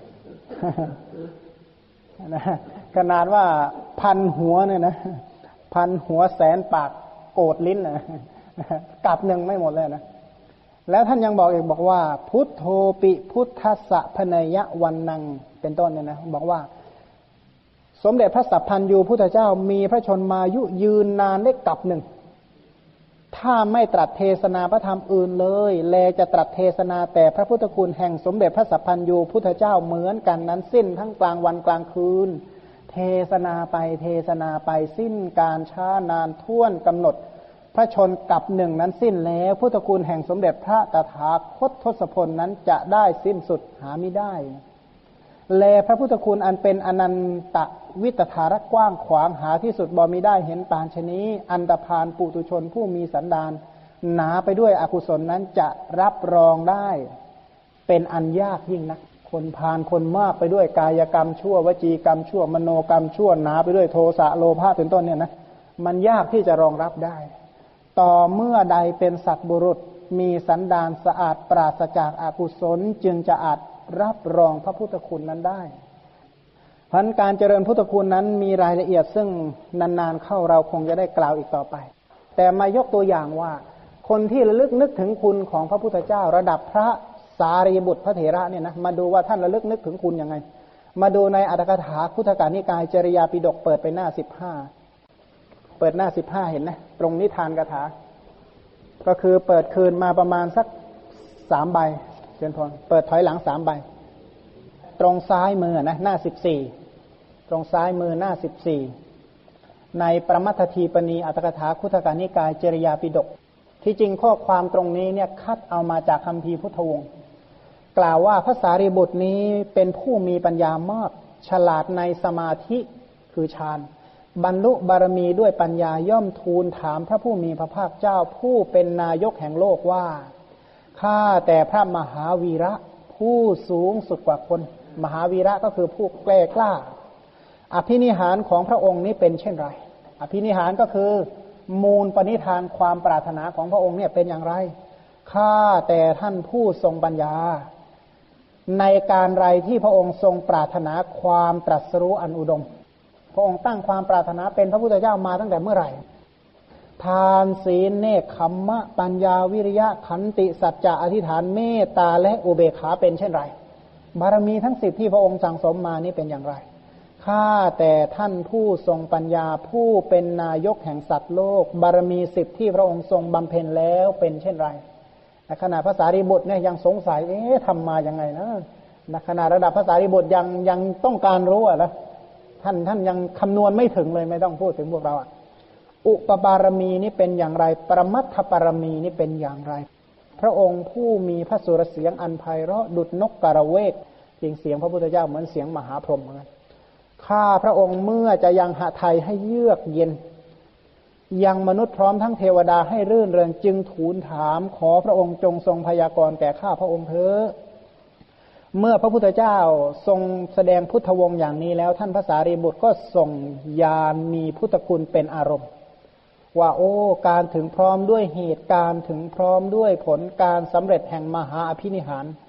ขนาดว่าพันหัวเนี่ยนะพันหัวแสนปากโกรธลิ้นนะกับหนึ่งไม่หมดเลยนะแล้วท่านยังบอกอีกบอกว่าพุทโธปิพุทธัสสะพเนยวันนังเป็นต้นเนี่ยนะบอกว่าสมเด็จพระสัพพัญญูพุทธเจ้ามีพระชนมายุยืนนานได้กับหนึ่งถ้าไม่ตรัสเทศนาพระธรรมอื่นเลยแลจะตรัสเทศนาแต่พระพุทธคุณแห่งสมเด็จพระสัพพัญญูพุทธเจ้าเหมือนกันนั้นสิ้นทั้งกลางวันกลางคืนเทศนาไปเทศนาไปสิ้นการช้านานท่วนกำหนดพระชนกับหนึ่งนั้นสิ้นแล้วพุทธคุณแห่งสมเด็จพระตถาคตทศพลนั้นจะได้สิ้นสุดหาไม่ได้แลพระพุทธคุณอันเป็นอนันตวิตถารกว้างขวางหาที่สุดบ่มีได้เห็นปานชนี้อันตพานปุถุชนผู้มีสันดานหนาไปด้วยอกุศลนั้นจะรับรองได้เป็นอันยากยิ่งนักคนพาลคนมากไปด้วยกายกรรมชั่ววจีกรรมชั่วมโนกรรมชั่วหนาไปด้วยโทสะโลภะเป็นต้นเนี่ยนะมันยากที่จะรองรับได้ต่อเมื่อใดเป็นสัตว์บุรุษมีสันดานสะอาดปราศจากอกุศลจึงจะอาจรับรองพระพุทธคุณนั้นได้เพราะการเจริญพุทธคุณนั้นมีรายละเอียดซึ่งนานๆเข้าเราคงจะได้กล่าวอีกต่อไปแต่มายกตัวอย่างว่าคนที่ระลึกนึกถึงคุณของพระพุทธเจ้าระดับพระสารีบุตรพระเถระเนี่ยนะมาดูว่าท่านระลึกนึกถึงคุณยังไงมาดูในอรรถกถาคุถกนิกายจริยาปิฎกเปิดไปหน้าสิบห้าเปิดหน้าสิบห้าเห็นไหมตรงนิทานคาถาก็คือเปิดคืนมาประมาณสักสามใบเจนพรเปิดถอยหลังสามใบตรงซ้ายมือนะหน้าสิบสี่ตรงซ้ายมือหน้าสิบสี่ในประมัตถทีปณีอัตถกถาคุถกนิกายจริยาปิฎกที่จริงข้อความตรงนี้เนี่ยคัดเอามาจากคัมภีร์พุทธวงศ์กล่าวว่าพระสารีบุตรนี้เป็นผู้มีปัญญามากฉลาดในสมาธิคือฌานบรรลุบารมีด้วยปัญญาย่อมทูลถามพระผู้มีพระภาคเจ้าผู้เป็นนายกแห่งโลกว่าข้าแต่พระมหาวีระผู้สูงสุดกว่าคนมหาวีระก็คือผู้แกล้กล้าอภินิหารของพระองค์นี้เป็นเช่นไรอภินิหารก็คือมูลปณิธานความปรารถนาของพระองค์เนี่ยเป็นอย่างไรข้าแต่ท่านผู้ทรงปัญญาในการไรที่พระองค์ทรงปรารถนาความตรัสรู้อันอุดมพระองค์ตั้งความปรารถนาเป็นพระพุทธเจ้ามาตั้งแต่เมื่อไหร่ทานศีลเนคขมมะปัญญาวิริยะขันติสัจจะอธิษฐานเมตตาและอุเบกขาเป็นเช่นไรบารมีทั้งสิบที่พระองค์สั่งสมมานี้เป็นอย่างไรข้าแต่ท่านผู้ทรงปัญญาผู้เป็นนายกแห่งสัตว์โลกบารมีสิบที่พระองค์ทรงบำเพ็ญแล้วเป็นเช่นไรในขณะพระสารีบุตรเนี่ยยังสงสัยเอ๊ะทำมายังไงนะในขณะระดับพระสารีบุตรยังยังต้องการรู้อ่ะนะท่านท่านยังคำนวณไม่ถึงเลยไม่ต้องพูดถึงพวกเราอ่ะอุปบารมีนี่เป็นอย่างไรปรมัตถบารมีนี่เป็นอย่างไรพระองค์ผู้มีพระสุรเสียงอันไพเราะดุจนกกระเวกเสียงเสียงพระพุทธเจ้าเหมือนเสียงมหาพรหมเหมือนกันข้าพระองค์เมื่อจะยังหะไทยให้เยือกเย็นยังมนุษย์พร้อมทั้งเทวดาให้รื่นเริงจึงทูลถามขอพระองค์จงทรงพยากรณ์แก่ข้าพระองค์เถิดเมื่อพระพุทธเจ้าทรงแสดงพุทธวงศ์อย่างนี้แล้วท่านพระสารีบุตรก็ทรงญาณมีพุทธคุณเป็นอารมณ์ว่าโอ้การถึงพร้อมด้วยเหตุการถึงพร้อมด้วยผลการสำเร็จแห่งมหาอภินิหารข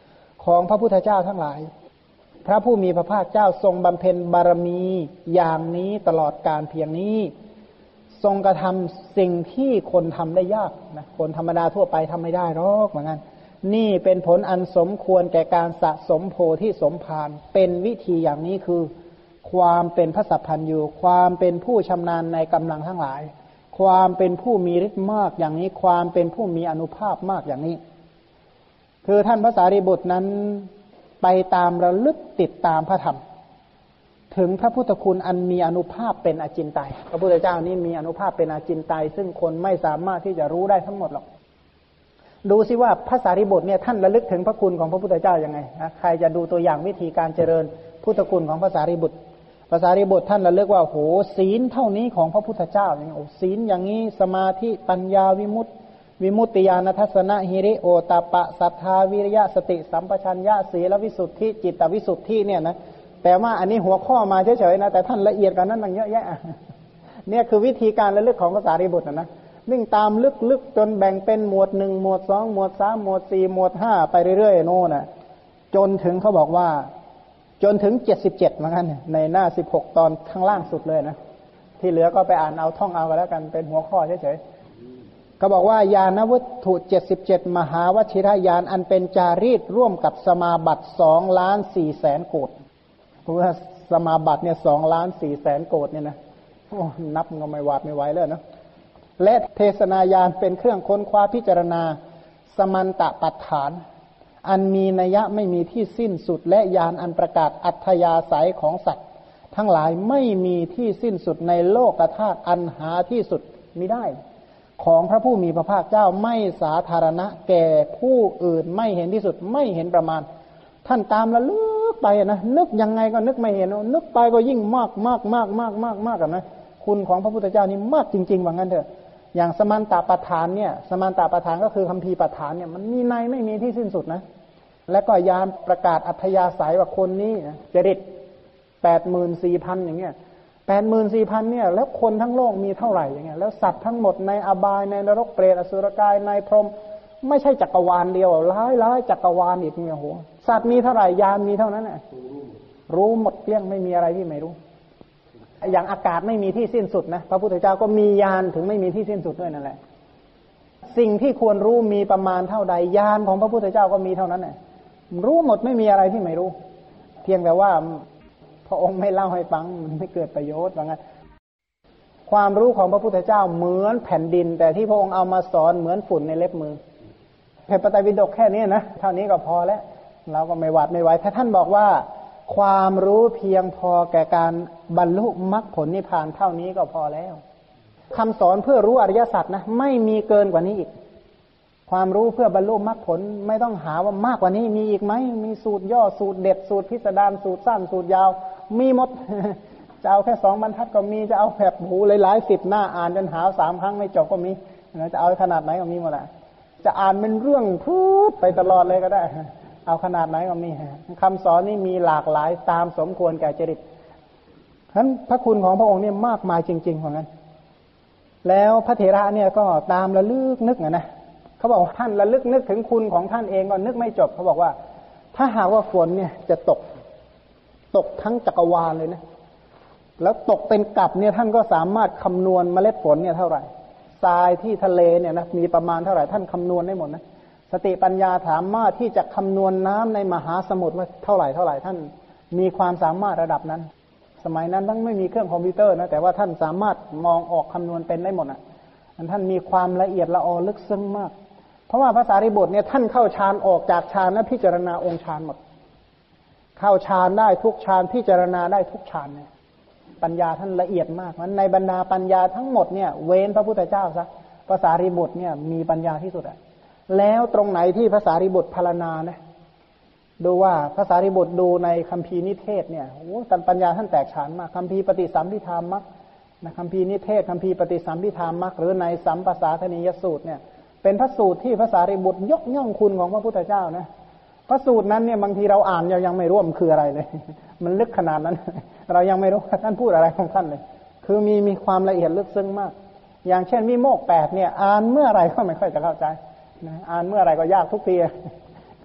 ของพระพุทธเจ้าทั้งหลายพระผู้มีพระภาคเจ้าทรงบำเพ็ญบารมีอย่างนี้ตลอดกาลเพียงนี้ทรงกระทำสิ่งที่คนทำได้ยากนะคนธรรมดาทั่วไปทำไม่ได้หรอกเหมือนกันนี่เป็นผลอันสมควรแก่การสะสมโพธิสมภารเป็นวิธีอย่างนี้คือความเป็นพระสัพพัญญูความเป็นผู้ชำนาญในกำลังทั้งหลายความเป็นผู้มีฤทธิ์มากอย่างนี้ความเป็นผู้มีอานุภาพมากอย่างนี้คือท่านพระสารีบุตรนั้นไปตามระลึกติดตามพระธรรมถึงพระพุทธคุณอันมีอานุภาพเป็นอจินไตยพระพุทธเจ้านี้มีอานุภาพเป็นอจินไตยซึ่งคนไม่สามารถที่จะรู้ได้ทั้งหมดหรอกดูสิว่าพระสารีบุตรเนี่ยท่านระลึกถึงพระคุณของพระพุทธเจ้ายังไงนะใครจะดูตัวอย่างวิธีการเจริญพุทธคุณของพระสารีบุตรพระสารีบุตรท่านระลึกว่าโหศีลเท่านี้ของพระพุทธเจ้าอย่างโอ้ศีลอย่างนี้สมาธิปัญญาวิมุตติวิมุตติญาณทัศนะหิริโอตปะศรัทธาวิริยะสติสัมปชัญญะศีลวิสุทธิจิตวิสุทธิเนี่ยนะแต่ว่าอันนี้หัวข้อมาเฉยๆนะแต่ท่านละเอียดกว่านั้นตั้งเยอะแยะเนี่ยคือวิธีการระลึกของพระสารีบุตรนะนะนิ่งตามลึกๆจนแบ่งเป็นหมวดหนึ่งหมวดสองหมวดสามหมวดสี่หมวดห้าไปเรื่อยๆโน่นน่ะจนถึงเขาบอกว่าจนถึงเจ็ดสิบเจ็ดเหมือนกันในหน้าสิบหกตอนข้างล่างสุดเลยนะที่เหลือก็ไปอ่านเอาท่องเอากันแล้วกันเป็นหัวข้อเฉยๆเขาบอกว่าญาณวัตถุเจ็ดสิบเจ็ดมหาวชิรญาณอันเป็นจารีตร่วมกับสมาบัติสองล้านสี่แสนโกฏเพราะว่าสมาบัติเนี่ยสองล้านสี่แสนโกฏเนี่ยนะโอ้นับก็ไม่หวาดไม่ไหวเลยนะและเทศนายานเป็นเครื่องค้นคว้าพิจารณาสมันตปัฏฐานอันมีนัยยะไม่มีที่สิ้นสุดและญาณอันประกาศอัธยาศัยของสัตว์ทั้งหลายไม่มีที่สิ้นสุดในโลกธาตุอันหาที่สุดมิได้ของพระผู้มีพระภาคเจ้าไม่สาธารณะแก่ผู้อื่นไม่เห็นที่สุดไม่เห็นประมาณท่านตามระลึกไปนะนึกยังไงก็นึกไม่เห็นนึกไปก็ยิ่งมากมากมากมากมากมากกันนะคุณของพระพุทธเจ้านี่มากจริงๆว่างั้นเถอะอย่างสมันตปัฏฐานเนี่ยสมันตปัฏฐานก็คือคัมภีร์ปัฏฐานเนี่ยมันมีในไม่มีที่สิ้นสุดนะแล้วก็ยานประกาศอัธยาศัยว่าคนนี้จริตแปดหมื่นสี่พันอย่างเงี้ยแปดหมื่นสี่พันเนี่ยแล้วคนทั้งโลกมีเท่าไหร่อย่างเงี้ยแล้วสัตว์ทั้งหมดในอบายในนรกเปรตอสุรกายในพรหมไม่ใช่จักรวาลเดียวหลายหลายจักรวาลอีกเนี่ยโหสัตว์มีเท่าไหร่ยานมีเท่านั้นแหละรู้หมดเกลี้ยงไม่มีอะไรที่ไม่รู้อย่างอากาศไม่มีที่สิ้นสุดนะพระพุทธเจ้าก็มีญาณถึงไม่มีที่สิ้นสุดด้วยนั่นแหละสิ่งที่ควรรู้มีประมาณเท่าใดญาณของพระพุทธเจ้าก็มีเท่านั้นแหละรู้หมดไม่มีอะไรที่ไม่รู้เพียงแต่ว่าพระองค์ไม่เล่าให้ฟังมันไม่เกิดประโยชน์ว่างั้นความรู้ของพระพุทธเจ้าเหมือนแผ่นดินแต่ที่พระองค์เอามาสอนเหมือนฝุ่นในเล็บมือพระไตรปิฎกแค่นี้นะเท่านี้ก็พอแล้วเราก็ไม่หวาดไม่ไหวถ้าท่านบอกว่าความรู้เพียงพอแก่การบรรลุมรรคผลนิพพานเท่านี้ก็พอแล้วคำสอนเพื่อรู้อริยสัจนะไม่มีเกินกว่านี้อีกความรู้เพื่อบรรลุมรรคผลไม่ต้องหาว่ามากกว่านี้มีอีกไหมมีสูตรย่อสูตรเด็ดสูตรพิสดารสูตรสั้นสูตรยาวมีหมด จะเอาแค่สองบรรทัดก็มีจะเอาแบบหูหลายๆสิบหน้าอ่านจนหาสามครั้งไม่จบก็มีจะเอาขนาดไหนก็มีหมดแหละจะอ่านเป็นเรื่องพูดไปตลอดเลยก็ได้เอาขนาดไหนก็มีคำสอนนี่มีหลากหลายตามสมควรแก่จริตฉะนั้นพระคุณของพระองค์นี่มากมายจริงๆเหมือนกันแล้วพระเถระเนี่ยก็ตามระลึกนึกนะนะเขาบอกท่านระลึกนึกถึงคุณของท่านเองก็นึกไม่จบเขาบอกว่าถ้าหากว่าฝนเนี่ยจะตกตกทั้งจักรวาลเลยนะแล้วตกเป็นกลับเนี่ยท่านก็สามารถคำนวณเมล็ดฝนเนี่ยเท่าไหร่ทรายที่ทะเลเนี่ยนะมีประมาณเท่าไหร่ท่านคำนวณได้หมดนะสติปัญญาสามารถที่จะคำนวณน้ำในมหาสมุทรว่าเท่าไหร่เท่าไหร่ท่านมีความสามารถระดับนั้นสมัยนั้นทั้งไม่มีเครื่องคอมพิวเตอร์นะแต่ว่าท่านสามารถมองออกคำนวณเป็นได้หมดอ่ะท่านมีความละเอียดละออลึกซึ้งมากเพราะว่าพระสารีบุตรเนี่ยท่านเข้าฌานออกจากฌานและพิจารณาองค์ฌานหมดเข้าฌานได้ทุกฌานพิจารณาได้ทุกฌานเนี่ยปัญญาท่านละเอียดมากมันในบรรดาปัญญาทั้งหมดเนี่ยเว้นพระพุทธเจ้าซะพระสารีบุตรเนี่ยมีปัญญาที่สุดอ่ะแล้วตรงไหนที่พระสารีบุตรพรรณนานะดูว่าพระสารีบุตรดูในคัมภีร์นิเทศเนี่ยโอ้ท่านปัญญาท่านแตกฉานมากคัมภีร์ปฏิสัมภิธามมรรคนะคัมภีร์นิเทศคัมภีร์ปฏิสัมภิธามมรรคหรือในสัมปสาทนียสูตรเนี่ยเป็นพระสูตรที่พระสารีบุตรยกย่องคุณของพระพุทธเจ้านะพระสูตรนั้นเนี่ยบางทีเราอ่านยังยังไม่รู้มันคืออะไรเลยมันลึกขนาดนั้นเรายังไม่รู้ว่าท่านพูดอะไรของท่านเลยคือมีมีความละเอียดลึกซึ้งมากอย่างเช่นวิโมกข์แปดเนี่ยอ่านเมื่อไรก็ไม่ค่อยจะเข้าใจนะอ่านเมื่อไรก็ยากทุกทีคื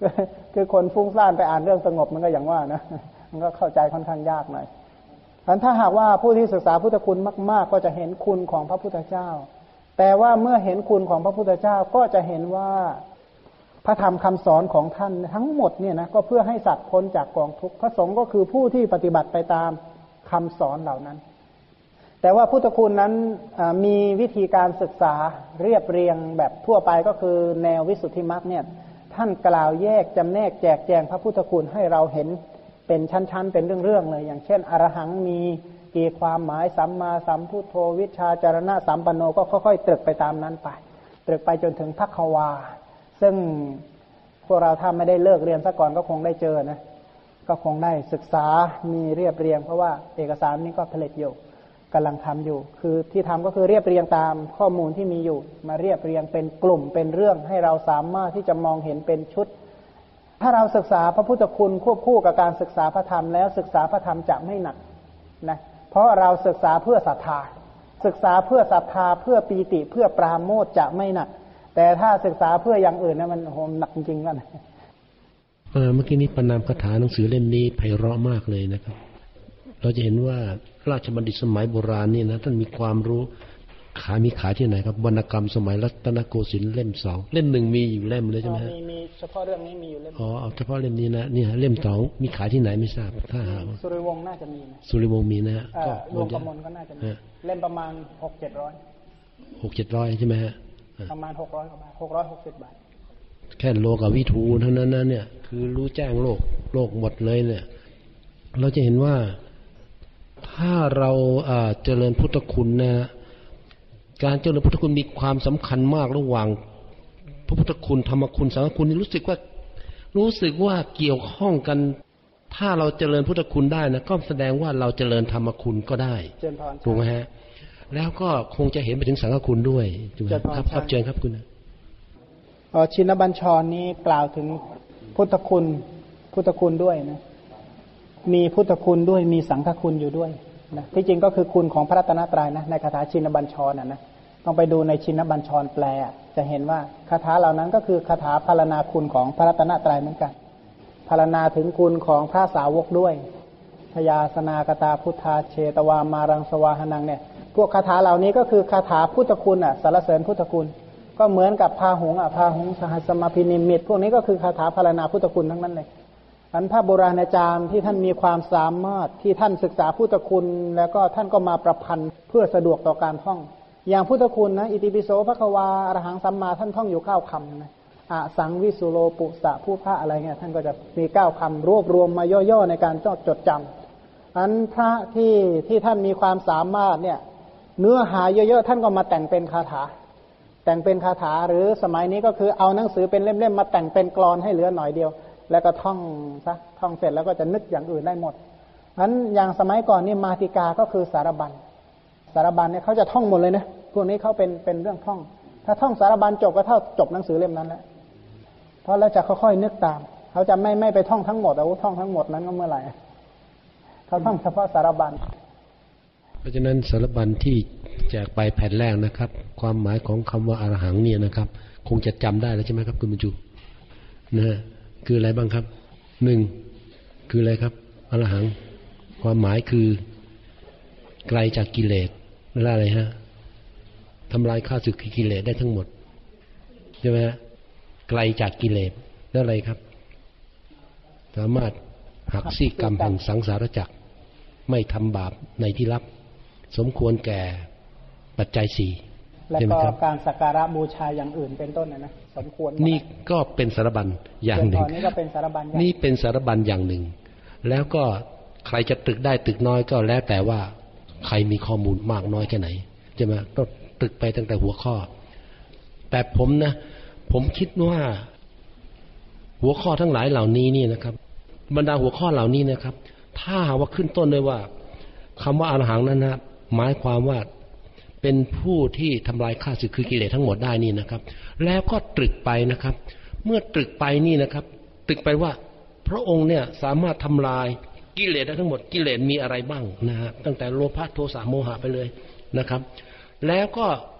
คือคนฟุ้งซ่านไปอ่านเรื่องสงบมันก็อย่างว่านะมันก็เข้าใจค่อนข้างยากหน่อยเพราะถ้าหากว่าผู้ที่ศึกษาพุทธคุณมากๆก็จะเห็นคุณของพระพุทธเจ้าแต่ว่าเมื่อเห็นคุณของพระพุทธเจ้าก็จะเห็นว่าพระธรรมคำสอนของท่านทั้งหมดเนี่ยนะก็เพื่อให้สัตว์พ้นจากกองทุกข์พระสงฆ์ก็คือผู้ที่ปฏิบัติไปตามคำสอนเหล่านั้นแต่ว่าพุทธคุณนั้นมีวิธีการศึกษาเรียบเรียงแบบทั่วไปก็คือแนววิสุทธิมรรคเนี่ยท่านกล่าวแยกจำแนกแจกแจงพระพุทธคุณให้เราเห็นเป็นชั้นๆเป็นเรื่องๆเลยอย่างเช่นอรหังมีกี่ความหมายสัมมาสัมพุทโธวิชชาจารณะสัมปันโนก็ค่อยๆตรึกไปตามนั้นไปตรึกไปจนถึงภัคววาซึ่งพวกเราถ้าไม่ได้เลิกเรียนซะก่อนก็คงได้เจอนะก็คงได้ศึกษามีเรียบเรียงเพราะว่าเอกสารนี้ก็ผลิตอยู่กำลังทำอยู่คือที่ทำก็คือเรียบเรียงตามข้อมูลที่มีอยู่มาเรียบเรียงเป็นกลุ่มเป็นเรื่องให้เราสามารถที่จะมองเห็นเป็นชุดถ้าเราศึกษาพระพุทธคุณควบคู่กับการศึกษาพระธรรมแล้วศึกษาพระธรรมจะไม่หนักนะเพราะเราศึกษาเพื่อศรัทธาศึกษาเพื่อศรัทธาเพื่อปีติเพื่อปราโมทย์จะไม่หนักแต่ถ้าศึกษาเพื่ออย่างอื่นนะมันโหมหนักจริงๆกันเมื่อกี้นี้ปนามคาถาหนังสือเล่มนี้ไพเราะมากเลยนะครับเราจะเห็นว่าราชบัณฑิตสมัยโบราณนี่นะท่านมีความรู้ขายมีขายที่ไหนครับวรรณกรรมสมัยรัตนโกสินทร์เล่มสองเล่มหนึ่งมีอยู่เล่มเลยใช่ไหมฮะมีมีเฉพาะเรื่องนี้มีอยู่เล่มอ๋อเฉพาะเล่มนี้นะนี่ฮะเล่มสองมีขายที่ไหนไม่ทราบถ้าหาสุริวงศ์น่าจะมีสุริวงศ์มีนะฮะก็รวมกมลก็น่าจะมีเล่มประมาณหกเจ็ดร้อยหกเจ็ดร้อยใช่ไหมฮะประมาณหกร้อยกว่าบาทหกร้อยหกสิบบาทแค่โลกวิถูเท่านั้นนะเนี่ยคือรู้แจ้งโลกโลกหมดเลยเนี่ยเราจะเห็นว่าถ้าเราเจริญพุทธคุณนะการเจริญพุทธคุณมีความสำคัญมากระหว่างพระพุทธคุณธรรมคุณสังฆคุณนี่รู้สึกว่ารู้สึกว่าเกี่ยวข้องกันถ้าเราเจริญพุทธคุณได้นะก็แสดงว่าเราเจริญธรรมคุณก็ได้ถูกไหมฮะแล้วก็คงจะเห็นไปถึงสังฆคุณด้วยถูกไหมครับครับเชิญครับคุณชินบัญชรนี้กล่าวถึงพุทธคุณพุทธคุณด้วยนะมีพุทธคุณด้วยมีสังฆคุณอยู่ด้วยนะที่จริงก็คือคุณของพระรัตนตรัยนะในคาถาชินบัญชรน่ะนะต้องไปดูในชินบัญชรแปลจะเห็นว่าคาถาเหล่านั้นก็คือคาถาพรรณนาคุณของพระรัตนตรัยเหมือนกันพรรณนาถึงคุณของพระสาวกด้วยพยาสนากตาพุทธาเชตวามารังสวาหนังเนี่ยพวกคาถาเหล่านี้ก็คือคาถาพุทธคุณอ่ะสรรเสริญพุทธคุณก็เหมือนกับพาหุงอ่ะพาหุงสหัสมาพินิมิตพวกนี้ก็คือคาถาพรรณนาพุทธคุณทั้งนั้นเลยอันพระโบราณอาจารย์ที่ท่านมีความสามารถที่ท่านศึกษาพุทธคุณแล้วก็ท่านก็มาประพันธ์เพื่อสะดวกต่อการท่องอย่างพุทธคุณนะอิติปิโสภควาอรหังสัมมาท่านท่องอยู่เก้าคำนะอะสังวิสุโลปุสะผู้พระอะไรเงี้ยท่านก็จะมีเก้าคำรวบรวมมาย่อๆในการจดจดจำอันพระที่ที่ท่านมีความสามารถเนี่ยเนื้อหาเยอะๆท่านก็มาแต่งเป็นคาถาแต่งเป็นคาถาหรือสมัยนี้ก็คือเอาหนังสือเป็นเล่มๆมาแต่งเป็นกลอนให้เหลือหน่อยเดียวแล้วก็ท่องซะท่องเสร็จแล้วก็จะนึกอย่างอื่นได้หมดงั้นอย่างสมัยก่อนนี่มาติกาก็คือสารบัญสารบัญเนี่ยเขาจะท่องหมดเลยนะพวกนี้เขาเป็นเป็นเรื่องท่องถ้าท่องสารบัญจบก็เท่าจบหนังสือเล่มนั้นแหละเพราะแล้วจะค่อยๆนึกตามเขาจะไม่ไม่ไปท่องทั้งหมดเอาท่องทั้งหมดนั้นก็เมื่อไหร่เขาท่องเฉพาะสารบัญเพราะฉะนั้นสารบัญที่แจกไปแผ่นแรกนะครับความหมายของคำว่าอรหังเนี่ยนะครับคงจะจำได้แล้วใช่ไหมครับคุณบรรจุนะคืออะไรบ้างครับหนึ่งคืออะไรครับอรหังความหมายคือไกลจากกิเลสเวลาอะไรฮะทำลายข้าศึกกิเลสได้ทั้งหมดใช่ไหมฮะไกลจากกิเลสแล้วอะไรครับสามารถหักซี่กรรมแห่งสังสารวัฏไม่ทำบาปในที่ลับสมควรแก่ปัจจัยสี่และก็การสักการะบูชาอย่างอื่นเป็นต้นนะนะสมควรนี่ก็เป็นสารบัญอย่างหนึ่งนี่ก็เป็นสารบัญนี่เป็นสารบัญอย่างหนึ่งแล้วก็ใครจะตรึกได้ตรึกน้อยก็แล้วแต่ว่าใครมีข้อมูลมากน้อยแค่ไหนใช่ไหมต้องตรึกไปตั้งแต่หัวข้อแต่ผมนะผมคิดว่าหัวข้อทั้งหลายเหล่านี้นี่นะครับบรรดาหัวข้อเหล่านี้นะครับถ้าหากว่าขึ้นต้นด้วยว่าคำว่าอรหังนั้นนะหมายความว่าเป็นผู้ที่ทำลายข้าศึกคือกิเลสทั้งหมดได้นี่นะครับแล้วก็ตรึกไปนะครับเมื่อตรึกไปนี่นะครับตรึกไปว่าพระองค์เนี่ยสามารถทำลายกิเลสได้ทั้งหมดกิเลสมีอะไรบ้างนะฮะตั้งแต่โลภะโทสะโมหะไปเลยนะครับแล้วก็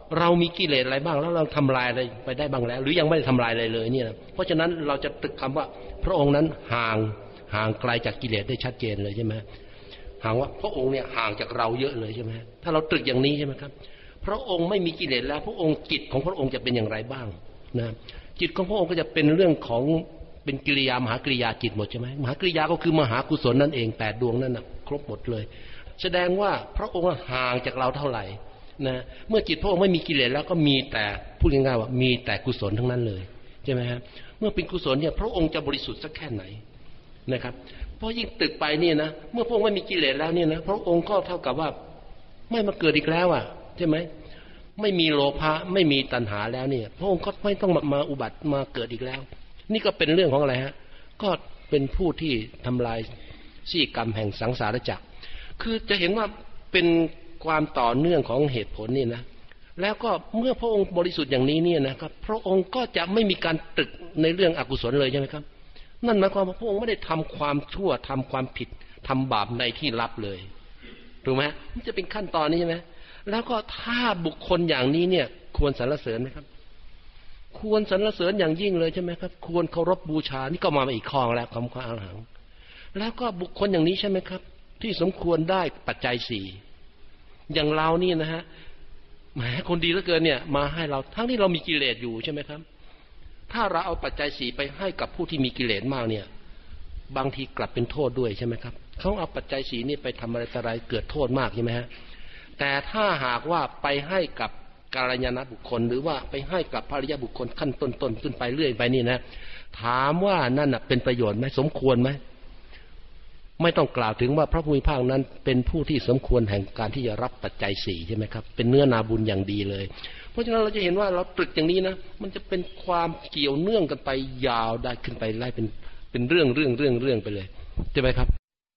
เรามีกิเลสอะไรบ้างแล้วเราทำลายอะไรไปได้บ้างแล้วหรือยังไม่ได้ทำลายอะไรเลยเนี่ยนะเพราะฉะนั้นเราจะตรึกคำว่าพระองค์นั้นห่างห่างไกลจากกิเลสได้ชัดเจนเลยใช่ไหมห่างว่าพระองค์เนี่ยห่างจากเราเยอะเลยใช่ไหมถ้าเราตรึกอย่างนี้ใช่ไหมครับพระองค์ไม่มีกิเลสแล้วพระองค์จิตของพระองค์จะเป็นอย่างไรบ้างนะจิตของพระองค์ก็จะเป็นเรื่องของเป็นกิริยามหากริยาจิตหมดใช่ไหมมหากริยาก็คือมหากุศลนั่นเองแปดดวงนั่นนะครบหมดเลยแสดงว่าพระองค์ห่างจากเราเท่าไหร่นะเมื่อจิตพระองค์ไม่มีกิเลสแล้วก็มีแต่พูดง่ายๆว่ามีแต่กุศลทั้งนั้นเลยใช่ไหมครับเมื่อเป็นกุศลเนี่ยพระองค์จะบริสุทธิ์สักแค่ไหนนะครับเพราะยิ่งตึกไปนี่นะเมื่อพระองค์ไม่มีกิเลสแล้วเนี่ยนะพระองค์ก็เท่ากับว่าไม่มาเกิดอีกแล้วอ่ะใช่ไหมไม่มีโลภะไม่มีตัณหาแล้วเนี่ยพระองค์ก็ไม่ต้องมาอุบัติมาเกิดอีกแล้วนี่ก็เป็นเรื่องของอะไรฮะก็เป็นผู้ที่ทำลายซี่กรรมแห่งสังสารวัฏคือจะเห็นว่าเป็นความต่อเนื่องของเหตุผลนี่นะแล้วก็เมื่อพระองค์บริสุทธิ์อย่างนี้เนี่ยนะครับพระองค์ก็จะไม่มีการตรึกในเรื่องอกุศลเลยใช่ไหมครับนั่นหมายความว่าพระองค์ไม่ได้ทำความชั่วทำความผิดทำบาปในที่ลับเลยถูกไหมมันจะเป็นขั้นตอนนี้ใช่ไหมแล้วก็ถ้าบุคคลอย่างนี้เนี่ยควรสรรเสริญไหมครับควรสรรเสริญอย่างยิ่งเลยใช่ไหมครับควรเคารพบูชานี่ก็มาอีกข้อแล้วคำว่าอรหังแล้วก็บุคคลอย่างนี้ใช่ไหมครับที่สมควรได้ปัจจัยสี่อย่างเรานี่นะฮะแหมคนดีเหลือเกินเนี่ยมาให้เราทั้งที่เรามีกิเลสอยู่ใช่ไหมครับถ้าเราเอาปัจจัยสี่ไปให้กับผู้ที่มีกิเลสมากเนี่ยบางทีกลับเป็นโทษด้วยใช่ไหมครับเขาเอาปัจจัยสี่นี่ไปทำอะไรอะไรเกิดโทษมากใช่ไหมฮะแต่ถ้าหากว่าไปให้กับกัลยาณบุคคลหรือว่าไปให้กับภริยบุคคลขั้นต้นๆขึ้นไปเรื่อยไปนี่นะถามว่านั่นน่ะเป็นประโยชน์ไหมสมควรไหมไม่ต้องกล่าวถึงว่าพระภูมิภาคนั้นเป็นผู้ที่สมควรแห่งการที่จะรับปัจจัยสี่ใช่ไหมครับเป็นเนื้อนาบุญอย่างดีเลยเพราะฉะนั้นเราจะเห็นว่าเราตรึกอย่างนี้นะมันจะเป็นความเกี่ยวเนื่องกันไปยาวได้ขึ้นไปไล่เป็นเป็นเรื่องเรื่องเรื่องเรื่องไปเลยใช่ไหมครับ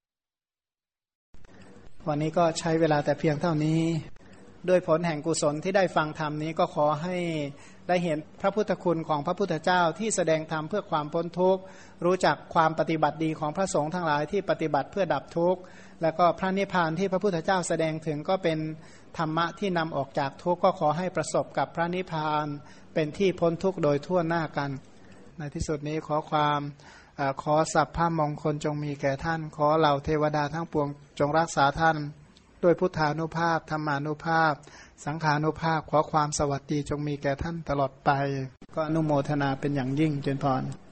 วันนี้ก็ใช้เวลาแต่เพียงเท่านี้ด้วยผลแห่งกุศลที่ได้ฟังธรรมนี้ก็ขอให้ได้เห็นพระพุทธคุณของพระพุทธเจ้าที่แสดงธรรมเพื่อความพ้นทุกข์รู้จักความปฏิบัติดีของพระสงฆ์ทั้งหลายที่ปฏิบัติเพื่อดับทุกข์แล้วก็พระนิพพานที่พระพุทธเจ้าแสดงถึงก็เป็นธรรมะที่นำออกจากทุกข์ก็ขอให้ประสบกับพระนิพพานเป็นที่พ้นทุกข์โดยทั่วหน้ากันในที่สุดนี้ขอความขอสัพพะมงคลจงมีแก่ท่านขอเหล่าเทวดาทั้งปวงจงรักษาท่านด้วยพุทธานุภาพธรรมานุภาพสังขานุภาพขอความสวัสดีจงมีแก่ท่านตลอดไปก็อนุโมทนาเป็นอย่างยิ่งเจริญพร